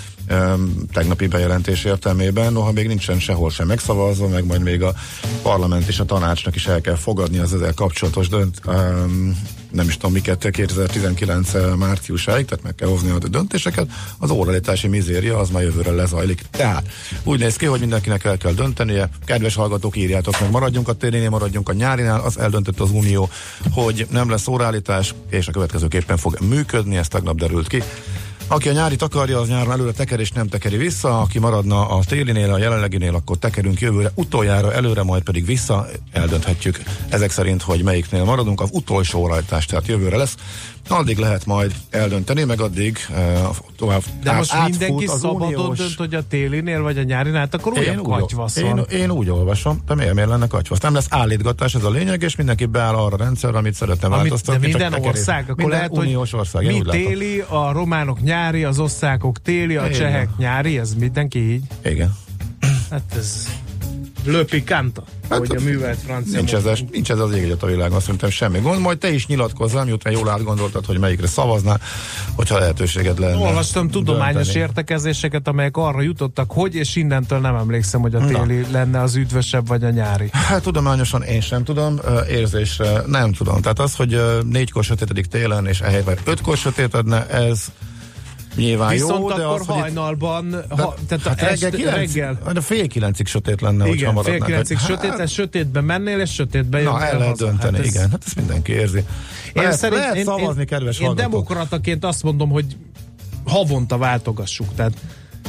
tegnapi bejelentés értelmében, noha még nincsen sehol sem megszavazva, meg majd még a parlament és a tanácsnak is el kell fogadni az ezzel kapcsolatos nem is tudom miket 2019 márciusáig, tehát meg kell hozni a döntéseket, az óraállítási mizéria az már jövőre lezajlik. Tehát úgy néz ki, hogy mindenkinek el kell döntenie, kedves hallgatók, írjátok meg, maradjunk a télinél, maradjunk a nyárinál, az eldöntött az Unió, hogy nem lesz óraállítás, és a következőképpen fog működni, ez tegnap derült ki. Aki a nyárit akarja, az nyáron előre teker és nem tekeri vissza, aki maradna a télinél, a jelenleginél, akkor tekerünk jövőre, utoljára előre, majd pedig vissza, eldönthetjük ezek szerint, hogy melyiknél maradunk, az utolsó óraállítás, tehát jövőre lesz. Addig lehet majd eldönteni, meg addig tovább.
De most mindenki szabadon dönt, hogy a télinél vagy a nyárinál, akkor olyan katyvasz van.
Én úgy olvasom, de miért lenne katyvasz? Nem lesz állítgatás, ez a lényeg, és mindenki beáll arra a rendszerre, amit szeretne változtatni.
De minden ország, akkor lehet, hogy ország, mi téli, a románok nyári, az osztrákok téli, a csehek nyári, ez mindenki így?
Igen.
Hát ez Le Picanta, hogy a művelt francia.
Nincs ez az ég a világon, szerintem semmi gond. Majd te is nyilatkozzál, miután jól átgondoltad, hogy melyikre szavaznál, hogyha lehetőséged lenne.
Olvastam tudományos értekezéseket, amelyek arra jutottak, hogy, és innentől nem emlékszem, hogy a téli lenne az üdvösebb, vagy a nyári.
Hát tudományosan én sem tudom, érzésre nem tudom. Tehát az, hogy 4-kor sötétedik télen, és ehelyett 5-kor sötétedne, ez nyilván
viszont
jó, de
akkor
az,
hajnalban,
tehát reggel. De fél 9-ig sötét lenne,
igen, hogyha fél 9-ig sötét, tehát sötétben mennél, és sötétben jön.
Na, el lehet dönteni, hát igen. Hát ezt mindenki érzi. Lehet szavazni, kedves hallgatók.
Én demokrataként azt mondom, hogy havonta váltogassuk, tehát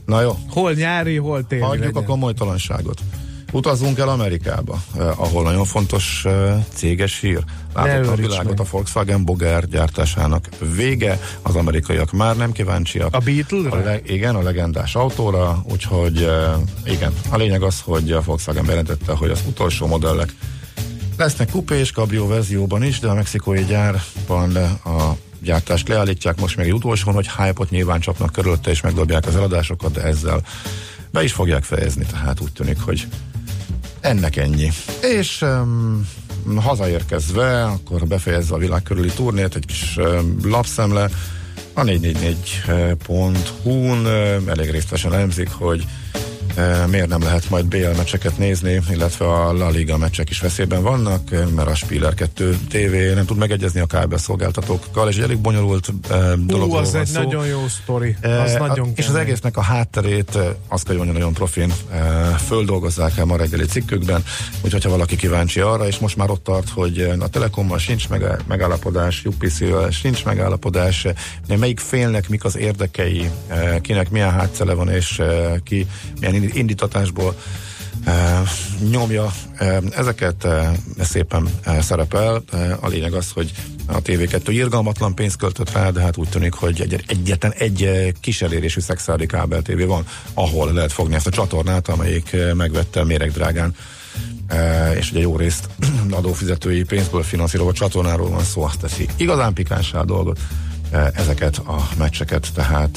Na jó.
Hol nyári, hol téli.
Hagyjuk a komolytalanságot. Utazzunk el Amerikába, ahol nagyon fontos céges hír. Látott a világot, a Volkswagen Bogár gyártásának vége, az amerikaiak már nem kíváncsiak.
A Beetle-re?
Igen, a legendás autóra, úgyhogy igen, a lényeg az, hogy a Volkswagen bejelentette, hogy az utolsó modellek lesznek kupé és kabrió verzióban is, de a mexikói gyárban a gyártást leállítják, most még egy utolsón, hogy hype-ot nyilván csapnak körülötte és megdobják az eladásokat, de ezzel be is fogják fejezni, tehát úgy tűnik, hogy ennek ennyi. És hazaérkezve, akkor befejezve a világ körüli turnét, egy kis lapszemle, a 444.hu-n elég részletesen elemzik, hogy miért nem lehet majd BL meccseket nézni, illetve a La Liga meccsek is veszélyben vannak, mert a Spiller 2 TV nem tud megegyezni a kábelszolgáltatókkal, és egy elég bonyolult dologról
az
van
egy
szó.
nagyon jó sztori. Az nagyon
és az egésznek a hátterét, azt kell mondani, nagyon profin földolgozzák el ma reggeli cikkükben, úgyhogy ha valaki kíváncsi arra, és most már ott tart, hogy a Telekommal sincs megállapodás, UPC-vel sincs megállapodás, melyik félnek mik az érdekei, kinek milyen hátszele van, és ki milyen indítatásból nyomja ezeket, szépen szerepel. A lényeg az, hogy a TV2 irgalmatlan pénzt költött rá, de hát úgy tűnik, hogy egyetlen egy kis elérésű szexuális kábel TV van, ahol lehet fogni ezt a csatornát, amelyik megvette méregdrágán, és ugye jó részt adófizetői pénzből finanszírozó csatornáról van szó, azt teszi igazán pikánsá a dolgot, ezeket a meccseket, tehát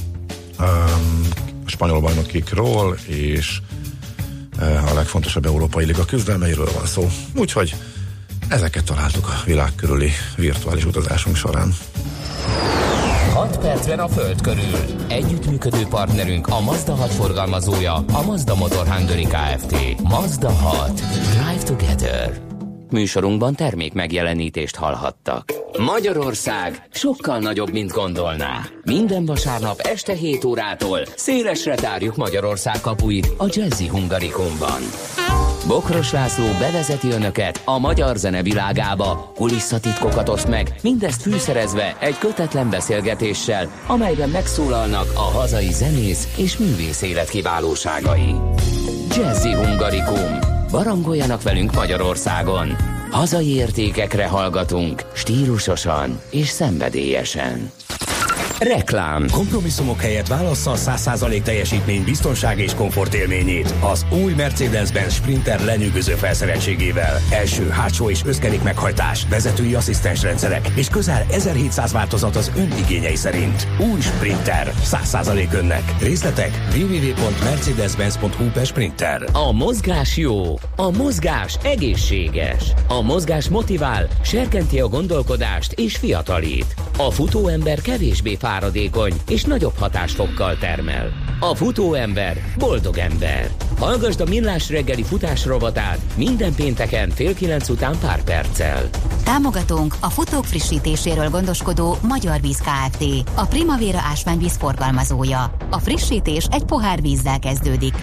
a spanyol bajnokikról és a legfontosabb európai liga küzdelmeiről van szó. Úgyhogy ezeket találtuk a világ körüli virtuális utazásunk során.
6 percben a Föld körül. Együttműködő partnerünk a Mazda 6 forgalmazója, a Mazda Motor Hungary Kft. Mazda 6. Drive together. Műsorunkban termék megjelenítést hallhattak. Magyarország sokkal nagyobb, mint gondolná. Minden vasárnap este 7 órától szélesre tárjuk Magyarország kapuit a Jazzy Hungarikumban. Bokros László bevezeti önöket a magyar zene világába, kulisszatitkokat oszt meg, mindezt fűszerezve egy kötetlen beszélgetéssel, amelyben megszólalnak a hazai zenész és művész élet kiválóságai. Jazzy Hungarikum. Barangoljanak velünk Magyarországon. Hazai értékekre hallgatunk, stílusosan és szenvedélyesen. Reklám.
Kompromisszumok helyett válassza a 100% teljesítmény, biztonság és komfort élményét az új Mercedes-Benz Sprinter lenyűgöző felszereltségével. Első, hátsó és összkerék meghajtás, vezetői asszisztens rendszerek és közel 1700 változat az ön igényei szerint. Új Sprinter. 100% önnek. Részletek www.mercedes-benz.hu/sprinter.
A mozgás jó. A mozgás egészséges. A mozgás motivál, serkenti a gondolkodást és fiatalít. A futóember kevésbé fáradékony és nagyobb hatásfokkal termel. A futóember boldog ember. Hallgasd a Millás reggeli futás rovatát minden pénteken 8:30 után pár perccel.
Támogatónk a futók frissítéséről gondoskodó Magyar Víz Kft. A Primavera ásványvíz forgalmazója. A frissítés egy pohár vízzel kezdődik.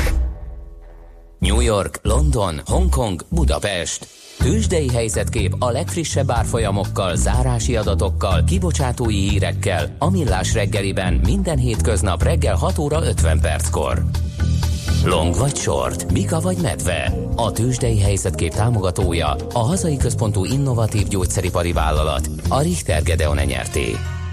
New York, London, Hongkong, Budapest. Tőzsdei helyzetkép a legfrissebb árfolyamokkal, zárási adatokkal, kibocsátói hírekkel a Millás reggeliben minden hétköznap reggel 6 óra 50 perckor. Long vagy short, bika vagy medve. A tőzsdei helyzetkép támogatója a hazai központú innovatív gyógyszeripari vállalat, a Richter Gedeon Nyrt.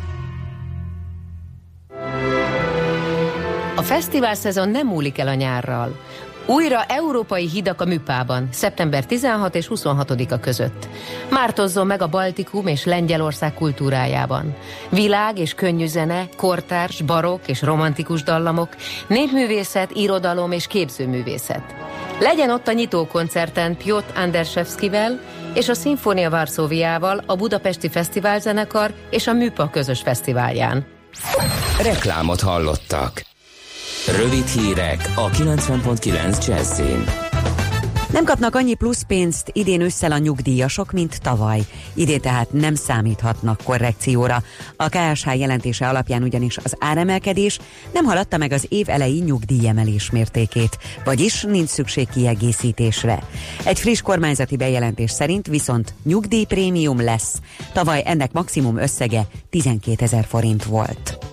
A fesztivál szezon nem múlik el a nyárral. Újra európai hidak a Műpában, szeptember 16 és 26-a között. Mártozzon meg a Baltikum és Lengyelország kultúrájában. Világ és könnyű zene, kortárs, barokk és romantikus dallamok, népművészet, irodalom és képzőművészet. Legyen ott a nyitókoncerten Piotr Anderszewskivel és a Szimfónia Varsóviával, a Budapesti Fesztiválzenekar és a Műpa közös fesztiválján.
Reklámot hallottak. Rövid hírek a 90.9 Jazzin.
Nem kapnak annyi plusz pénzt idén ősszel a nyugdíjasok, mint tavaly. Idén tehát nem számíthatnak korrekcióra. A KSH jelentése alapján ugyanis az áremelkedés nem haladta meg az év elejé nyugdíjemelés mértékét, vagyis nincs szükség kiegészítésre. Egy friss kormányzati bejelentés szerint viszont nyugdíjprémium lesz. Tavaly ennek maximum összege 12 000 forint volt.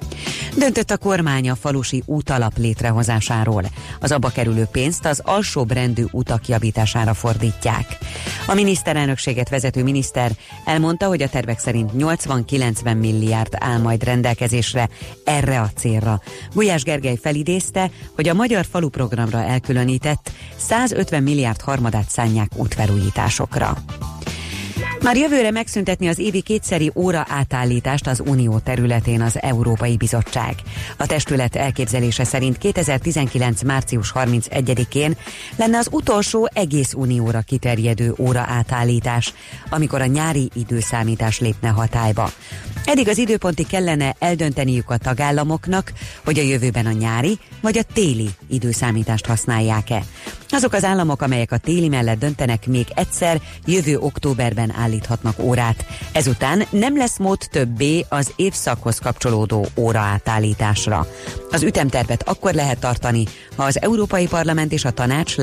Döntött a kormány a falusi útalap létrehozásáról. Az abba kerülő pénzt az alsóbrendű utak javítására fordítják. A miniszterelnökséget vezető miniszter elmondta, hogy a tervek szerint 80-90 milliárd áll majd rendelkezésre erre a célra. Gulyás Gergely felidézte, hogy a Magyar Falu Programra elkülönített 150 milliárd harmadát szánják útfelújításokra. Már jövőre megszüntetni az évi kétszeri óra átállítást az Unió területén az Európai Bizottság. A testület elképzelése szerint 2019. március 31-én lenne az utolsó egész unióra kiterjedő óra átállítás, amikor a nyári időszámítás lépne hatályba. Eddig az időpontig kellene eldönteniük a tagállamoknak, hogy a jövőben a nyári vagy a téli időszámítást használják-e. Azok az államok, amelyek a téli mellett döntenek, még egyszer jövő októberben állíthatnak órát. Ezután nem lesz mód többé az évszakhoz kapcsolódó óraátállításra. Az ütemtervet akkor lehet tartani, ha az Európai Parlament és a Tanács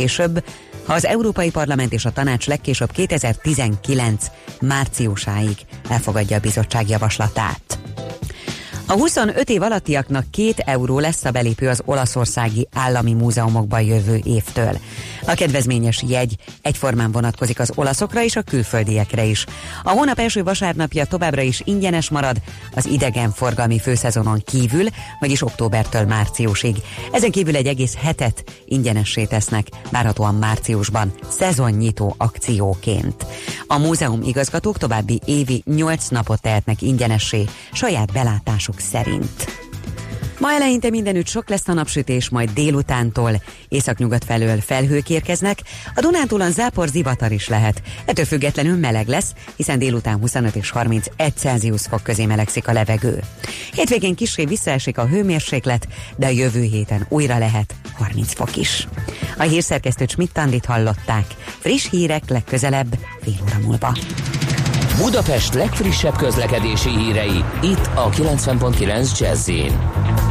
legkésőbb 2019 márciusáig elfogadja a bizottság javaslatát. A 25 év alattiaknak 2 euró lesz a belépő az olaszországi állami múzeumokban jövő évtől. A kedvezményes jegy egyformán vonatkozik az olaszokra és a külföldiekre is. A hónap első vasárnapja továbbra is ingyenes marad az idegenforgalmi főszezonon kívül, vagyis októbertől márciusig. Ezen kívül egy egész hetet ingyenessé tesznek, várhatóan márciusban, szezonnyitó akcióként. A múzeum igazgatók további évi 8 napot tehetnek ingyenessé saját belátásuk szerint. Ma eleinte mindenütt sok lesz a napsütés, majd délutántól északnyugat felől felhők érkeznek, a Dunántúlon zápor, zivatar is lehet. Ettől függetlenül meleg lesz, hiszen délután 25 és 31 Celsius fok közé melegszik a levegő. Hétvégén kissé visszaesik a hőmérséklet, de a jövő héten újra lehet 30 fok is. A hírszerkesztőt Schmidt-Andit hallották. Friss hírek legközelebb fél óra múlva.
Budapest legfrissebb közlekedési hírei, itt a 90.9 Jazz-in.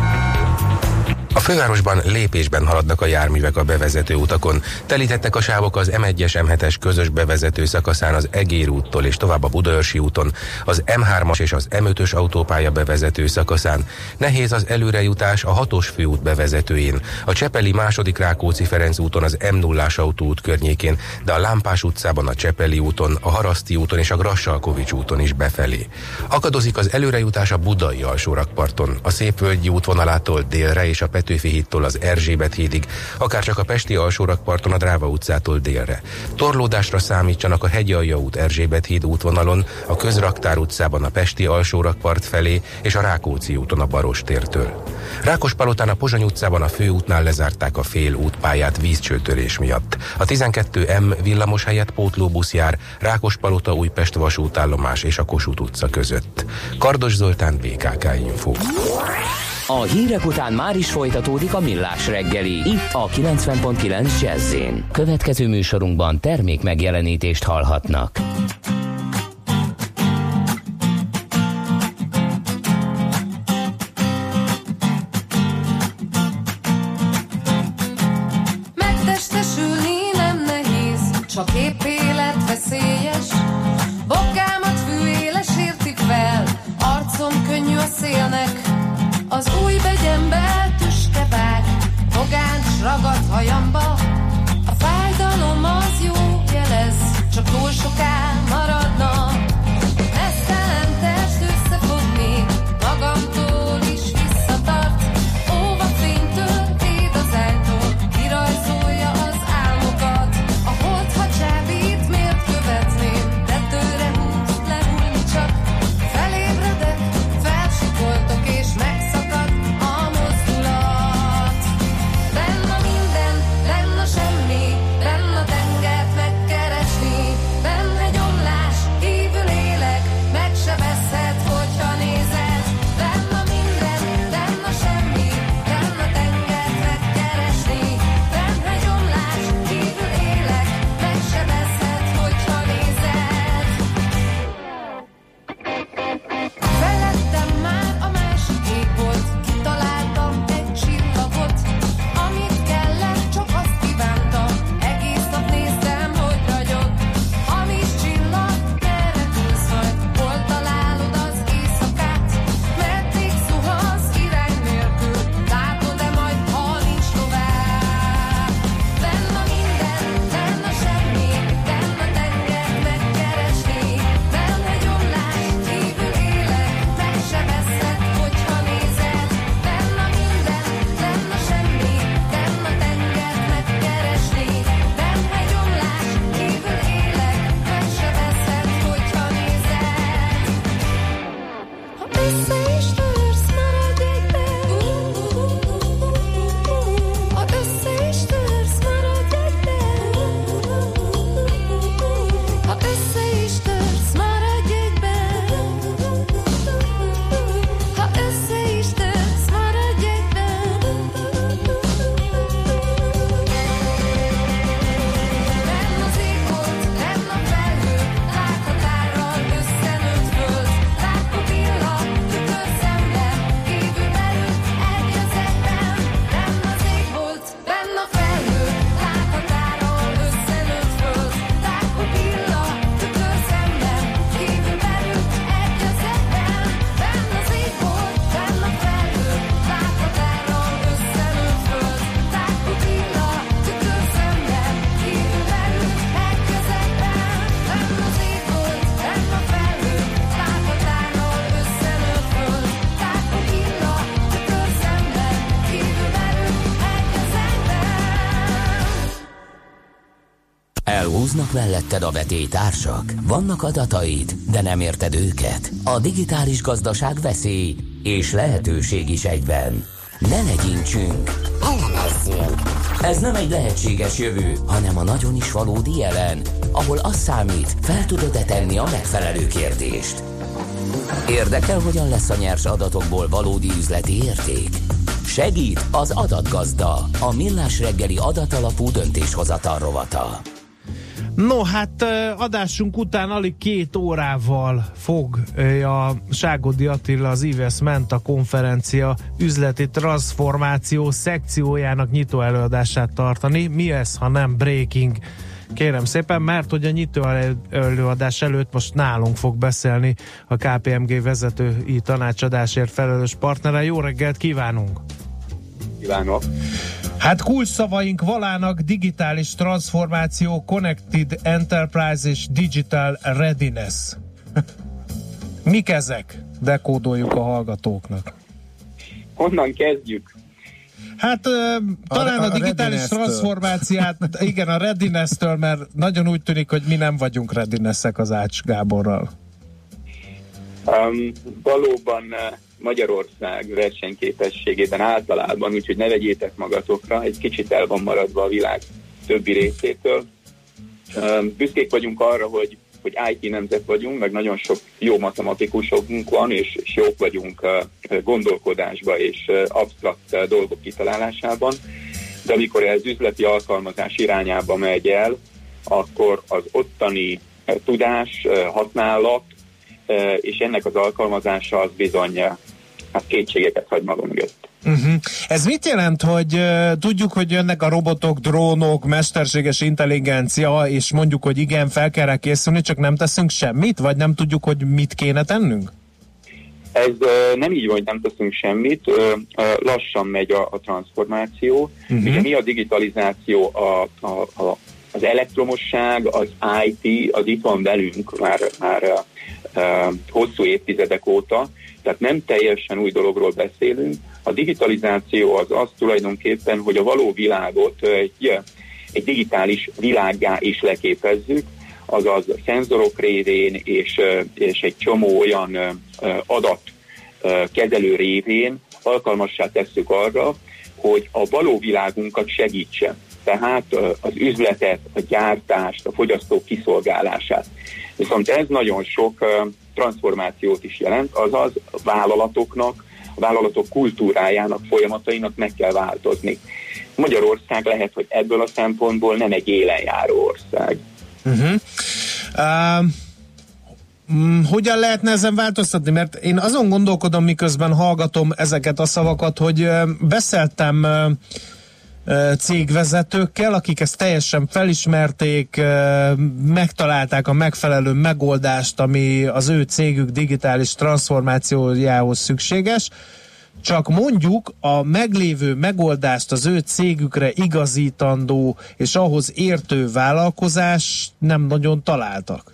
A fővárosban lépésben haladnak a járművek a bevezető utakon. Telítettek a sávok az M1-es, M7-es közös bevezető szakaszán az Egér úttól és tovább a Budaörsi úton, az M3-as és az M5-ös autópálya bevezető szakaszán. Nehéz az előrejutás a 6-os főút bevezetőjén, a Csepeli második Rákóczi-Ferenc úton az M0-ás autóút környékén, de a Lámpás utcában, a Csepeli úton, a Haraszti úton és a Grassalkovics úton is befelé. Akadozik az előrejutás a Budai alsórakparton, a Szépvölgyi útvonalától délre és a Petőfi hídtól az Erzsébet hídig, akárcsak a Pesti alsórakparton a Dráva utcától délre. Torlódásra számítsanak a Hegyalja út Erzsébet híd útvonalon, a Közraktár utcában a Pesti alsórakpart felé és a Rákóczi úton a Barostértől. Rákospalotán a Pozsony utcában a főútnál lezárták a fél útpályát vízcsőtörés miatt. A 12M villamos helyett pótlóbusz jár Rákospalota Újpest vasútállomás és a Kossuth utca között. Kardos Zoltán, BKK Info.
A hírek után már is folytatódik a Millás reggeli, itt a 90.9 Jazz-én. Következő műsorunkban termék megjelenítést hallhatnak.
Megtestesülni nem nehéz, csak épp életveszélyes. Bokámat fűéles érti fel, arcom könnyű a szélnek. Az új begyembe tüskevág, fogáncs ragad hajamba. A fájdalom az jó jelez, csak túl soká maradna. Esztelen test összefogni, magamtól is visszatart. Óv a fénytől, véd az ágytól, kirajzolja az álmokat. A hold, ha csábít, miért követném? Tetőre húz, lehúlni csak. Felébredek, felsikoltok és megszakad. Semmi, benne a tengert megkeresni, benne egy
Elhúznak melletted a vetélytársak? Vannak adataid, de nem érted őket? A digitális gazdaság veszély és lehetőség is egyben. Ne legyintsünk, elemezzünk. Ez nem egy lehetséges jövő, hanem a nagyon is valódi jelen, ahol az számít, fel tudod-e tenni a megfelelő kérdést. Érdekel, hogyan lesz a nyers adatokból valódi üzleti érték? Segít az adatgazda, a Millás reggeli adatalapú döntéshozatal rovata.
No, hát adásunk után alig 2 órával fog a Ságodi Attila, az IVESZ Menta konferencia üzleti transformáció szekciójának nyitó előadását tartani. Mi ez, ha nem breaking? Kérem szépen, mert hogy a nyitó előadás előtt most nálunk fog beszélni a KPMG vezetői tanácsadásért felelős partnere. Jó reggelt kívánunk!
Kívánok!
Hát kulcsszavaink valának digitális transformáció, Connected Enterprise és Digital Readiness. Mik ezek? Dekódoljuk a hallgatóknak.
Honnan kezdjük?
Hát talán a digitális transformációt, igen, a readiness-től, mert nagyon úgy tűnik, hogy mi nem vagyunk readiness-ek az Ács Gáborral.
Valóban Magyarország versenyképességében általában, úgyhogy ne vegyétek magatokra, egy kicsit el van maradva a világ többi részétől. Büszkék vagyunk arra, hogy IT nemzet vagyunk, meg nagyon sok jó matematikusokunk van, és jók vagyunk gondolkodásba és absztrakt dolgok kitalálásában, de amikor ez üzleti alkalmazás irányába megy el, akkor az ottani tudás, használat és ennek az alkalmazása az bizony kétségeket hagy maga mögött.
Ez mit jelent, hogy tudjuk, hogy jönnek a robotok, drónok, mesterséges intelligencia, és mondjuk, hogy igen, fel kell rá készülni, csak nem teszünk semmit, vagy nem tudjuk, hogy mit kéne tennünk?
Ez nem így van, hogy nem teszünk semmit, lassan megy a transformáció. Ugye mi a digitalizáció, az elektromosság, az IT, az itt van velünk már hosszú évtizedek óta, tehát nem teljesen új dologról beszélünk. A digitalizáció az tulajdonképpen, hogy a való világot egy digitális világgá is leképezzük, azaz szenzorok révén és egy csomó olyan adatkezelő révén alkalmassá tesszük arra, hogy a való világunkat segítse. Tehát az üzletet, a gyártást, a fogyasztók kiszolgálását. Viszont ez nagyon sok transformációt is jelent, azaz a vállalatok kultúrájának, folyamatainak meg kell változni. Magyarország lehet, hogy ebből a szempontból nem egy élenjáró ország.
Hogyan lehetne ezen változtatni? Mert én azon gondolkodom, miközben hallgatom ezeket a szavakat, hogy beszéltem cégvezetőkkel, akik ezt teljesen felismerték, megtalálták a megfelelő megoldást, ami az ő cégük digitális transformációjához szükséges, csak mondjuk a meglévő megoldást az ő cégükre igazítandó és ahhoz értő vállalkozás nem nagyon találtak.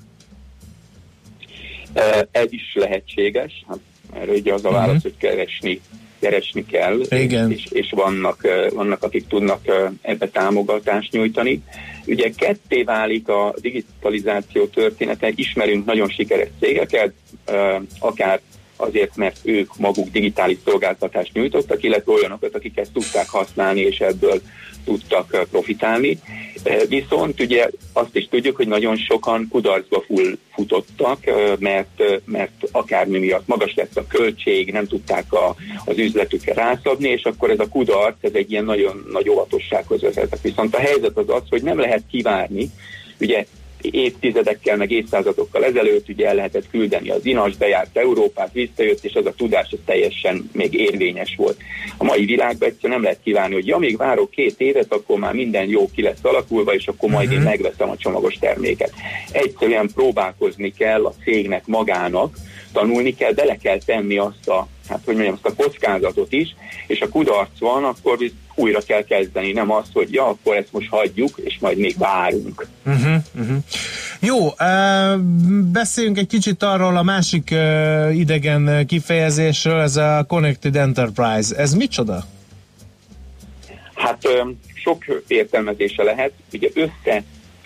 Ez is lehetséges, erre ugye az a válasz, hogy keresni kell, és vannak, akik tudnak ebbe támogatást nyújtani. Ugye ketté válik a digitalizáció története, ismerünk nagyon sikeres cégeket, akár azért, mert ők maguk digitális szolgáltatást nyújtottak, illetve olyanokat, akik ezt tudták használni, és ebből tudtak profitálni. Viszont ugye azt is tudjuk, hogy nagyon sokan kudarcba futottak, mert akármi miatt magas lett a költség, nem tudták az üzletükre rászabni, és akkor ez a kudarc, ez egy ilyen nagyon nagy óvatossághoz vezetett. Viszont a helyzet az, hogy nem lehet kivárni, ugye évtizedekkel, meg évszázadokkal ezelőtt ugye el lehetett küldeni az inas, bejárt Európát, visszajött, és az a tudás az teljesen még érvényes volt. A mai világban egyszerűen nem lehet kívánni, hogy még várok 2 évet, akkor már minden jó ki lesz alakulva, és akkor majd én megveszem a csomagos terméket. Egyszerűen próbálkozni kell a cégnek magának, tanulni kell, bele kell tenni azt a kockázatot is, és a kudarc van, akkor újra kell kezdeni, nem az, hogy akkor ezt most hagyjuk, és majd még várunk.
Jó, beszéljünk egy kicsit arról a másik idegen kifejezésről, ez a Connected Enterprise. Ez micsoda?
Hát sok értelmezése lehet, ugye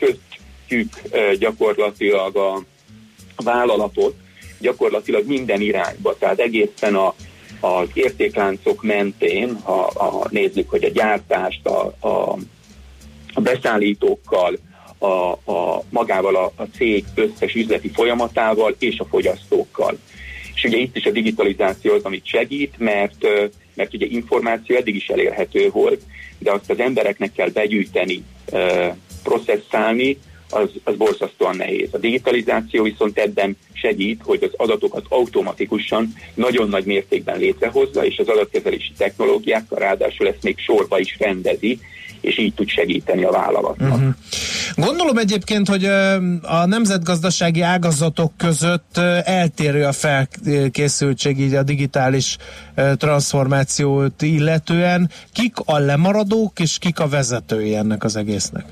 kötjük gyakorlatilag a vállalatot gyakorlatilag minden irányba, tehát egészen az értékláncok mentén, ha nézzük, hogy a gyártást, a beszállítókkal, magával a cég összes üzleti folyamatával és a fogyasztókkal. És ugye itt is a digitalizáció az, amit segít, mert ugye információ eddig is elérhető volt, de azt az embereknek kell begyűjteni, processzálni, az borzasztóan nehéz. A digitalizáció viszont ebben segít, hogy az adatokat automatikusan nagyon nagy mértékben létrehozza, és az adatkezelési technológiákkal ráadásul ezt még sorba is rendezi, és így tud segíteni a vállalatnak.
Uh-huh. Gondolom egyébként, hogy a nemzetgazdasági ágazatok között eltérő a felkészültség így a digitális transformációt illetően. Kik a lemaradók, és kik a vezetői ennek az egésznek?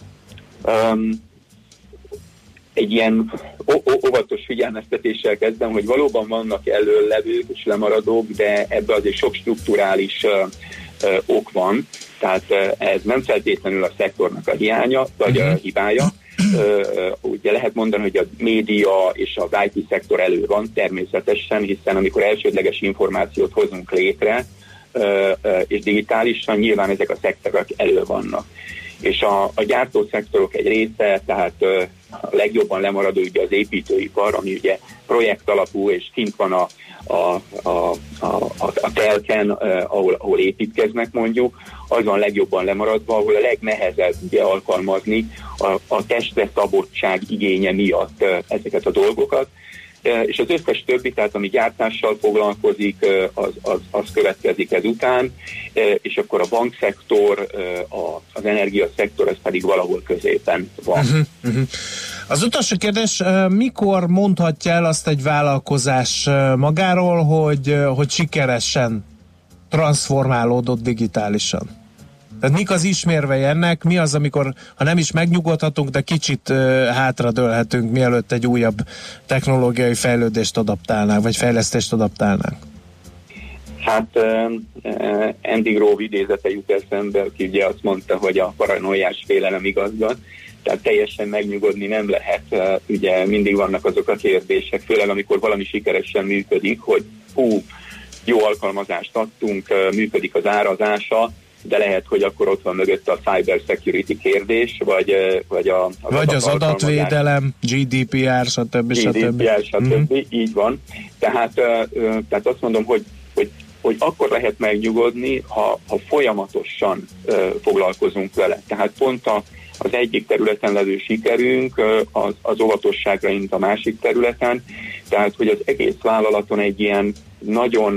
Egy ilyen óvatos figyelmeztetéssel kezdem, hogy valóban vannak előlevők és lemaradók, de ebbe azért sok strukturális ok van, tehát ez nem feltétlenül a szektornak a hiánya, vagy a hibája. Ugye lehet mondani, hogy a média és az IT szektor elő van természetesen, hiszen amikor elsődleges információt hozunk létre, és digitálisan, nyilván ezek a szektorok elő vannak. És a gyártószektorok egy része, tehát a legjobban lemaradó ugye az építőipar, ami ugye projekt alapú, és kint van a telken, ahol építkeznek mondjuk, az van legjobban lemaradva, ahol a legnehezebb ugye alkalmazni a testre szabottság igénye miatt ezeket a dolgokat. És az összes többi, tehát ami gyártással foglalkozik, az következik ezután, és akkor a bankszektor, az energiaszektor, ez pedig valahol középen van.
Az utolsó kérdés, mikor mondhatja el azt egy vállalkozás magáról, hogy sikeresen transformálódott digitálisan? Tehát mik az ismérvei ennek, mi az, amikor, ha nem is megnyugodhatunk, de kicsit hátradőlhetünk, mielőtt egy újabb technológiai fejlődést adaptálnánk, vagy fejlesztést adaptálnánk?
Hát Andy Grove idézete jut eszembe, aki ugye azt mondta, hogy a paranoiás félelem igazgat, tehát teljesen megnyugodni nem lehet, ugye mindig vannak azok a kérdések, főleg amikor valami sikeresen működik, hogy jó alkalmazást adtunk, működik az árazása, de lehet, hogy akkor ott van mögött a cyber security kérdés, vagy
az adatvédelem, GDPR, stb.
Így van. Tehát azt mondom, hogy akkor lehet megnyugodni, ha folyamatosan foglalkozunk vele. Tehát pont az egyik területen levő sikerünk az óvatosságra int a másik területen, tehát hogy az egész vállalaton egy ilyen nagyon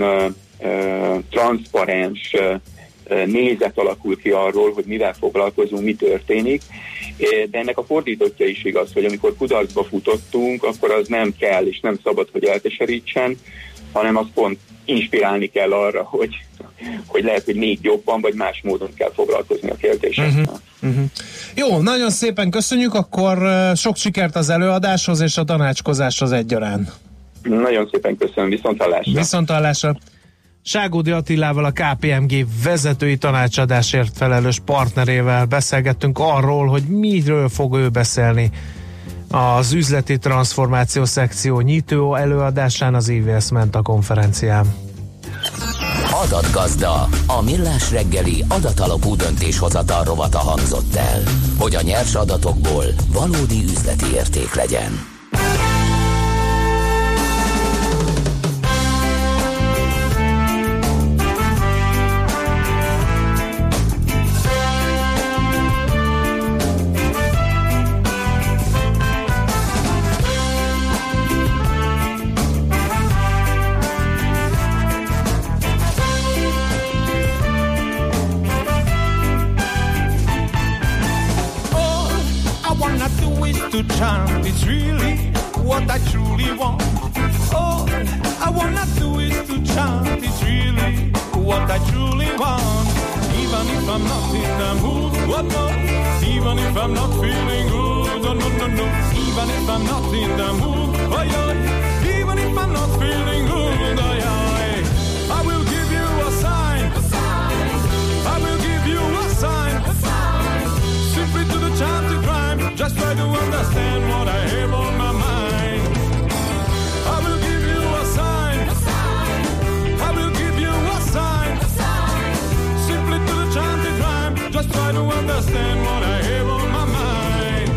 transzparens nézet alakul ki arról, hogy mivel foglalkozunk, mi történik, de ennek a fordítottja is igaz, hogy amikor kudarcba futottunk, akkor az nem kell és nem szabad, hogy elkeserítsen, hanem az pont inspirálni kell arra, hogy lehet, hogy még jobban, vagy más módon kell foglalkozni a kérdésekkel.
Jó, nagyon szépen köszönjük, akkor sok sikert az előadáshoz és a tanácskozáshoz egyaránt.
Nagyon szépen köszönöm, viszonthallásra.
Viszonthallásra. Ságódi Attilával, a KPMG vezetői tanácsadásért felelős partnerével beszélgettünk arról, hogy miről fog ő beszélni az üzleti transformáció szekció nyitó előadásán, az IVS Menta konferencián.
Adatgazda, a Millás reggeli adatalapú döntéshozatal rovata hangzott el, hogy a nyers adatokból valódi üzleti érték legyen.
It's really what I truly want. All I wanna do is to chant. It's really what I truly want. Even if I'm not in the mood, what no? Even if I'm not feeling good, no, no, no, no. Even if I'm not in the mood, oh, yeah. Even if I'm not feeling good, oh, yeah. I will give you a sign. I will give you a sign. Simply to the chant to climb. Just understand what I have on my mind.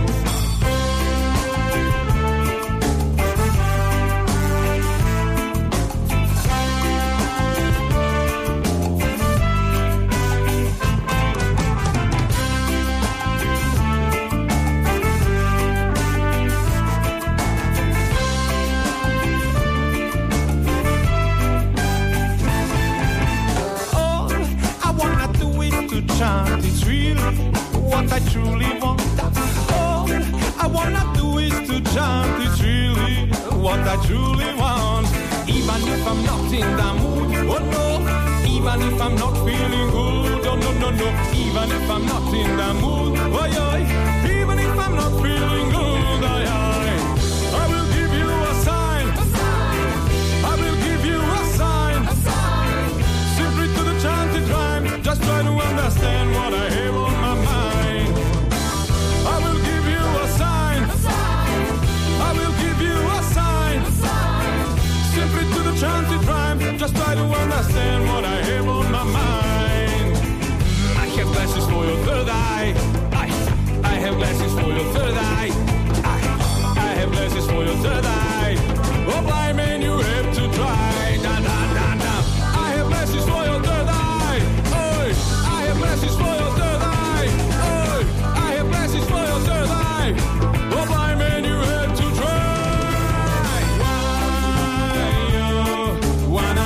Chant, it's really what I truly want. All I wanna do is to chant, it's really what I truly want. Even if I'm not in the mood, oh no. Even if I'm not feeling good, oh no, no, no. Even if I'm not in the mood, oh yeah. Even if I'm not feeling good, I will give you a sign. I will give you a sign. Simply to the chanted rhyme. Just try to understand what I have on my mind. I will give you a sign. I will give you a sign. Simply to the chanted rhyme. Just try to understand what I have on my mind. I have glasses for your third eye. I have glasses for your third eye. I have glasses for your third eye. Oh, blind man, you have to try. Da, da, da, da. I have glasses for your third eye. I have glasses for your third eye. I have glasses for your third eye. Oh, blind man, you have to try. Why, oh, wanna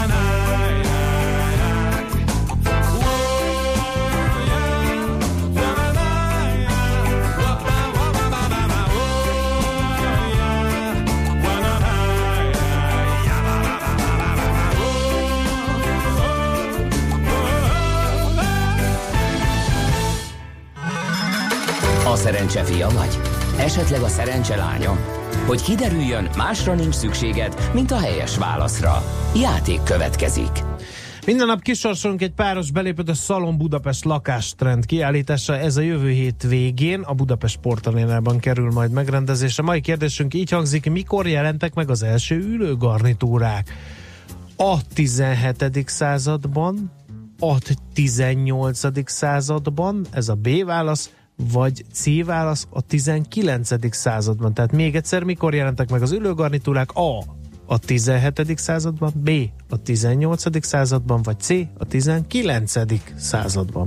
A szerencse fia vagy? Esetleg a szerencse lánya? Hogy kiderüljön, másra nincs szükséged, mint a helyes válaszra. Játék következik.
Minden nap kisorsolunk egy páros belépőt a Szalon Budapest lakástrend kiállítása. Ez a jövő hét végén a Budapest Sportarénában kerül majd megrendezésre. Mai kérdésünk így hangzik: mikor jelentek meg az első ülőgarnitúrák? A 17. században, a 18. században, ez a B válasz, vagy C válasz, a 19. században. Tehát még egyszer, mikor jelentek meg az ülőgarnitúrák? A 17. században, B a 18. században, vagy C a 19. században.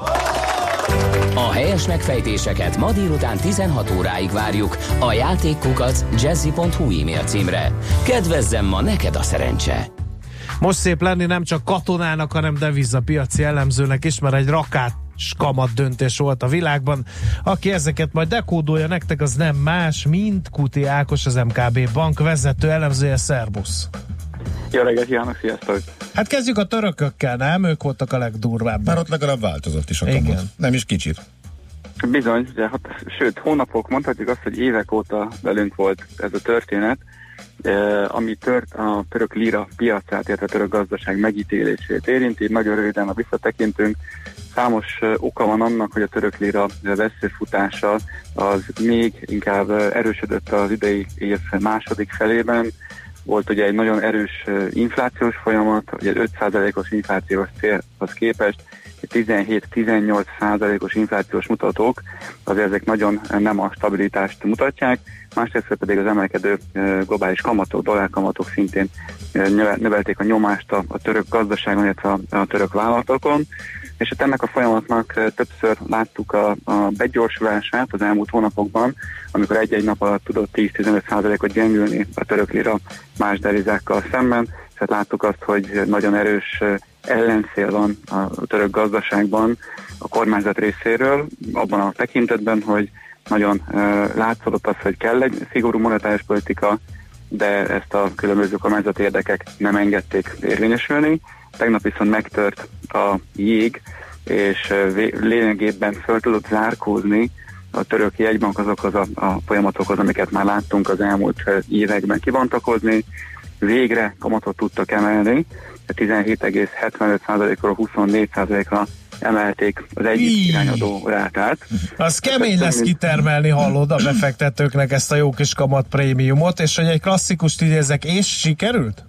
A helyes megfejtéseket ma délután 16 óráig várjuk a játékkukac@jazzy.hu e-mail címre. Kedvezzem ma neked a szerencse!
Most szép lenni nem csak katonának, hanem devizapiaci elemzőnek is, mert egy rakát kamat döntés volt a világban. Aki ezeket majd dekódolja nektek, az nem más, mint Kuti Ákos, az MKB Bank vezető elemzője. Szerbusz!
Jó reggelt, János, sziasztok!
Hát kezdjük a törökökkel, nem? Ők voltak a legdurvábbak.
Már ott legalább változott is a kamat. Igen. Nem is kicsit.
Bizony, de sőt, hónapok, mondhatjuk azt, hogy évek óta velünk volt ez a történet, ami a török lira piacát, illetve a török gazdaság megítélését érinti. Nagyon röviden, ha visszatekintünk, számos oka van annak, hogy a török lira veszőfutása az még inkább erősödött az idei év második felében. Volt ugye egy nagyon erős inflációs folyamat, ugye 5%-os inflációs célhoz képest 17-18%-os inflációs mutatók, azért ezek nagyon nem a stabilitást mutatják, másrészt pedig az emelkedő globális kamatok, dollárkamatok szintén növelték a nyomást a török gazdaságon, illetve a török vállalatokon, és hát ennek a folyamatnak többször láttuk a begyorsulását az elmúlt hónapokban, amikor egy-egy nap alatt tudott 10-15%-ot gyengülni a török lira más devizákkal szemben, és hát láttuk azt, hogy nagyon erős ellenszél van a török gazdaságban a kormányzat részéről, abban a tekintetben, hogy nagyon látszódott az, hogy kell egy szigorú monetáris politika, de ezt a különböző kormányzati érdekek nem engedték érvényesülni. Tegnap viszont megtört a jég, és lényegében föl tudott zárkózni a török jegybank azokhoz a folyamatokhoz, amiket már láttunk az elmúlt években kibontakozni. Végre kamatot tudtak emelni, 17,75%-ról 24%-ra emelték az egyik irányadó rátát.
Az kemény lesz kitermelni, hallod, a befektetőknek ezt a jó kis kamat prémiumot, és hogy egy klasszikust idézek, és sikerült?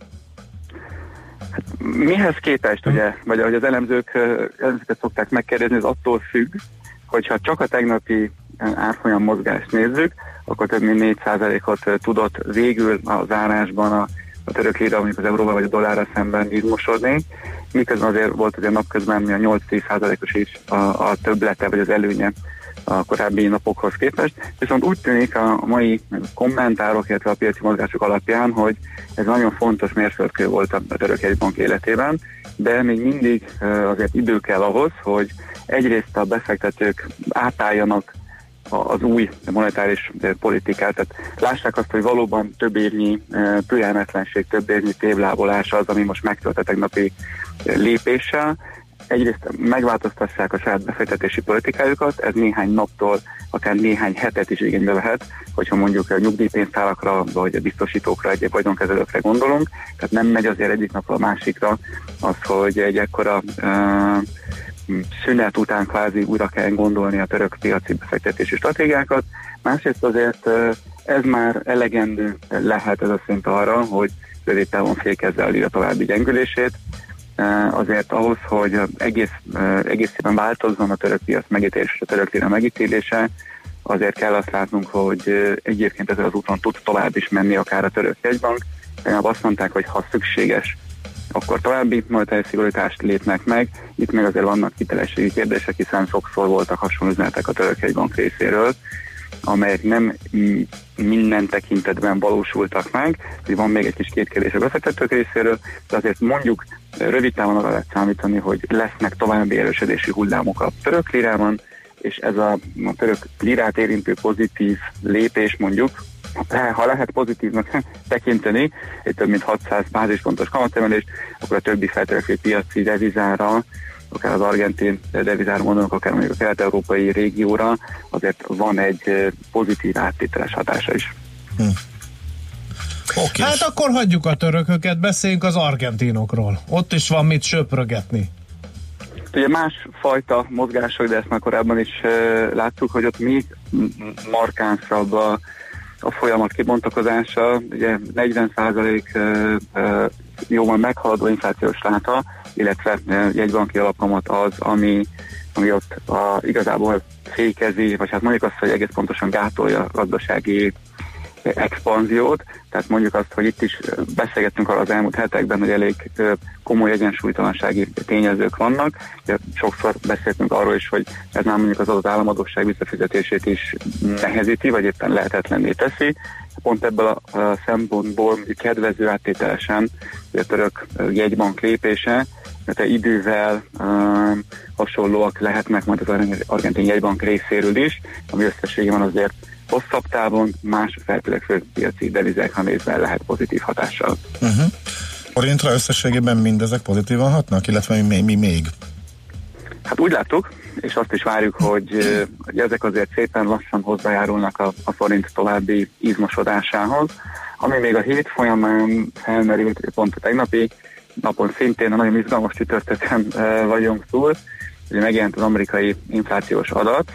Hát, mihez képest, ugye, vagy ahogy az elemzőket szokták megkérdezni, ez attól függ, hogyha csak a tegnapi árfolyam mozgást nézzük, akkor több mint 4%-ot tudott végül a zárásban a török lira, mondjuk az euróval vagy a dollárra szemben izmosodni, miközben azért volt azért napközben a 8-10%-os is a többlete vagy az előnye a korábbi napokhoz képest, viszont úgy tűnik a mai kommentárok, illetve a piaci mozgások alapján, hogy ez nagyon fontos mérföldkő volt a török jegybank életében, de még mindig azért idő kell ahhoz, hogy egyrészt a befektetők átálljanak az új monetáris politikát, tehát lássák azt, hogy valóban több évnyi türelmetlenség, több évnyi tévlábolás az, ami most megtört a tegnapi lépéssel. Egyrészt megváltoztassák a saját befektetési politikájukat, ez néhány naptól, akár néhány hetet is igénybe vehet, hogyha mondjuk a nyugdíjpénztárakra, vagy a biztosítókra, egyéb vagyonkezelőkre gondolunk, tehát nem megy azért egyik napról a másikra az, hogy egy ekkora szünet után kvázi újra kell gondolni a török piaci befektetési stratégiákat. Másrészt azért ez már elegendő lehet, ez a szint arra, hogy rövid távon fékezze a lira további gyengülését. Azért ahhoz, hogy egészében változzon a török piac megítélés és a török lira megítélése, azért kell azt látnunk, hogy egyébként ezzel az úton tud tovább is menni akár a török jegybank. Azt mondták, hogy ha szükséges, akkor további monetáris szigorítást lépnek meg. Itt meg azért vannak hitelességi kérdések, hiszen sokszor voltak hasonló üzenetek a török jegybank részéről, amelyek nem minden tekintetben valósultak meg. Van még egy kis kétkedés a befektetők részéről, de azért mondjuk rövid távon arra lehet számítani, hogy lesznek további erősödési hullámok a török lirában, és ez a török lirát érintő pozitív lépés mondjuk, ha lehet pozitívnak tekinteni, egy több mint 600 bázispontos kamatemelést, akkor a többi feltörekvő piaci devizára, akár az argentin devizára mondunk, akár mondjuk a kelet-európai régióra, azért van egy pozitív áttételes hatása is.
Okay. Hát akkor hagyjuk a törököket, beszéljünk az argentinokról. Ott is van mit söprögetni.
Ugye másfajta mozgások, de ezt már korábban is láttuk, hogy ott még markánsabb a folyamat kibontakozása. Ugye 40% jóval meghaladó inflációs ráta, illetve jegybanki alapkamat az, ami ott igazából fékezi, vagy hát mondjuk azt, hogy egész pontosan gátolja a gazdasági expanziót, tehát mondjuk azt, hogy itt is beszélgettünk arra az elmúlt hetekben, hogy elég komoly egyensúlytalansági tényezők vannak. Sokszor beszéltünk arról is, hogy ez már mondjuk az adott államadósság visszafizetését is nehezíti, vagy éppen lehetetlenné teszi. Pont ebből a szempontból kedvező áttételesen a török jegybank lépése, mert idővel hasonlóak lehetnek majd az argentin jegybank részéről is, ami összességében azért hosszabb távon más feltörekvő piaci devizákra nézve lehet pozitív hatással.
Forintra összességében mindezek pozitívan hatnak, illetve mi még?
Hát úgy láttuk, és azt is várjuk, hogy ezek azért szépen lassan hozzájárulnak a forint további izmosodásához, ami még a hét folyamán felmerült, pont a tegnapi napon szintén a nagyon izgalmas csütörtökön vagyunk túl, hogy megjelent az amerikai inflációs adat,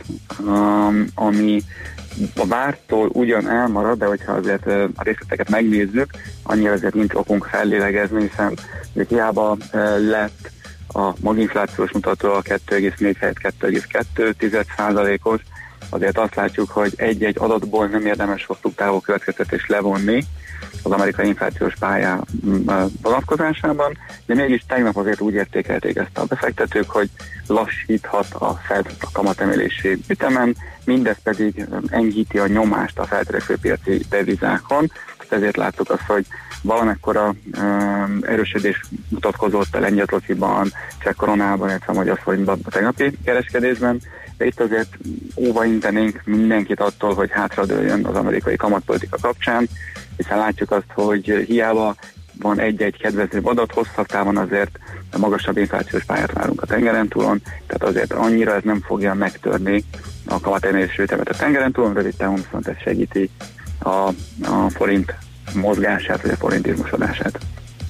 ami a vártól ugyan elmarad, de hogyha azért a részleteket megnézzük, annyira azért nincs okunk fellélegezni, hiszen hiába lett a maginflációs mutató a 2,4 helyett 2,2%-os, azért azt látjuk, hogy egy-egy adatból nem érdemes hosszú távú következtetést levonni az amerikai inflációs pályá vonatkozásában, de mégis tegnap azért úgy értékelték ezt a befektetők, hogy lassíthat a Fed a kamatemelési ütemen, mindez pedig enyhíti a nyomást a feltörekvő piaci devizákon, ezért láttuk azt, hogy valamekkora erősödés mutatkozott a lengyel zlotyiban, cseh koronában, illetve a magyar forintban a tegnapi kereskedésben, de itt azért óvaintenénk mindenkit attól, hogy hátradőljön az amerikai kamatpolitika kapcsán, hiszen látjuk azt, hogy hiába van egy-egy kedvezőbb adat, hosszabb távon azért magasabb inflációs pályát várunk a tengeren túlon, tehát azért annyira ez nem fogja megtörni a kamatemelési ütemet a tengeren túlon, rövid távon viszont ez segíti a forint mozgását, vagy a forint izmosodását.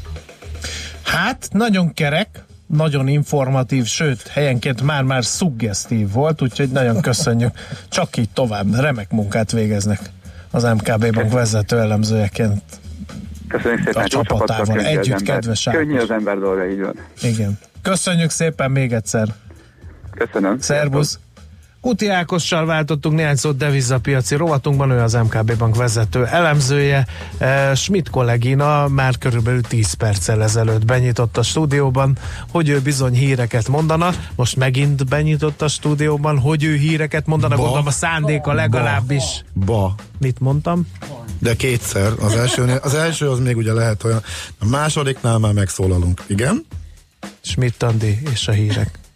Hát, nagyon kerek, nagyon informatív, sőt, helyenként már szuggesztív volt, úgyhogy nagyon köszönjük. Csak így tovább, remek munkát végeznek az MKB Bank vezető elemzőjeként.
Köszönjük szépen,
a csapatával együtt, kedves Ákos.
Könnyű az ember dolga, így van.
Igen. Köszönjük szépen még egyszer.
Köszönöm.
Szervusz. Kuti Ákossal váltottunk néhány szót devizapiaci rovatunkban, ő az MKB Bank vezető elemzője. Schmidt kollégina már körülbelül 10 perccel ezelőtt benyitott a stúdióban, hogy ő bizony híreket mondana. Most megint benyitott a stúdióban, hogy ő híreket mondana, gondolom a szándéka legalábbis. Mit mondtam?
De kétszer. Az első az még ugye lehet olyan. A másodiknál már megszólalunk. Igen?
Schmidt Andi és a hírek.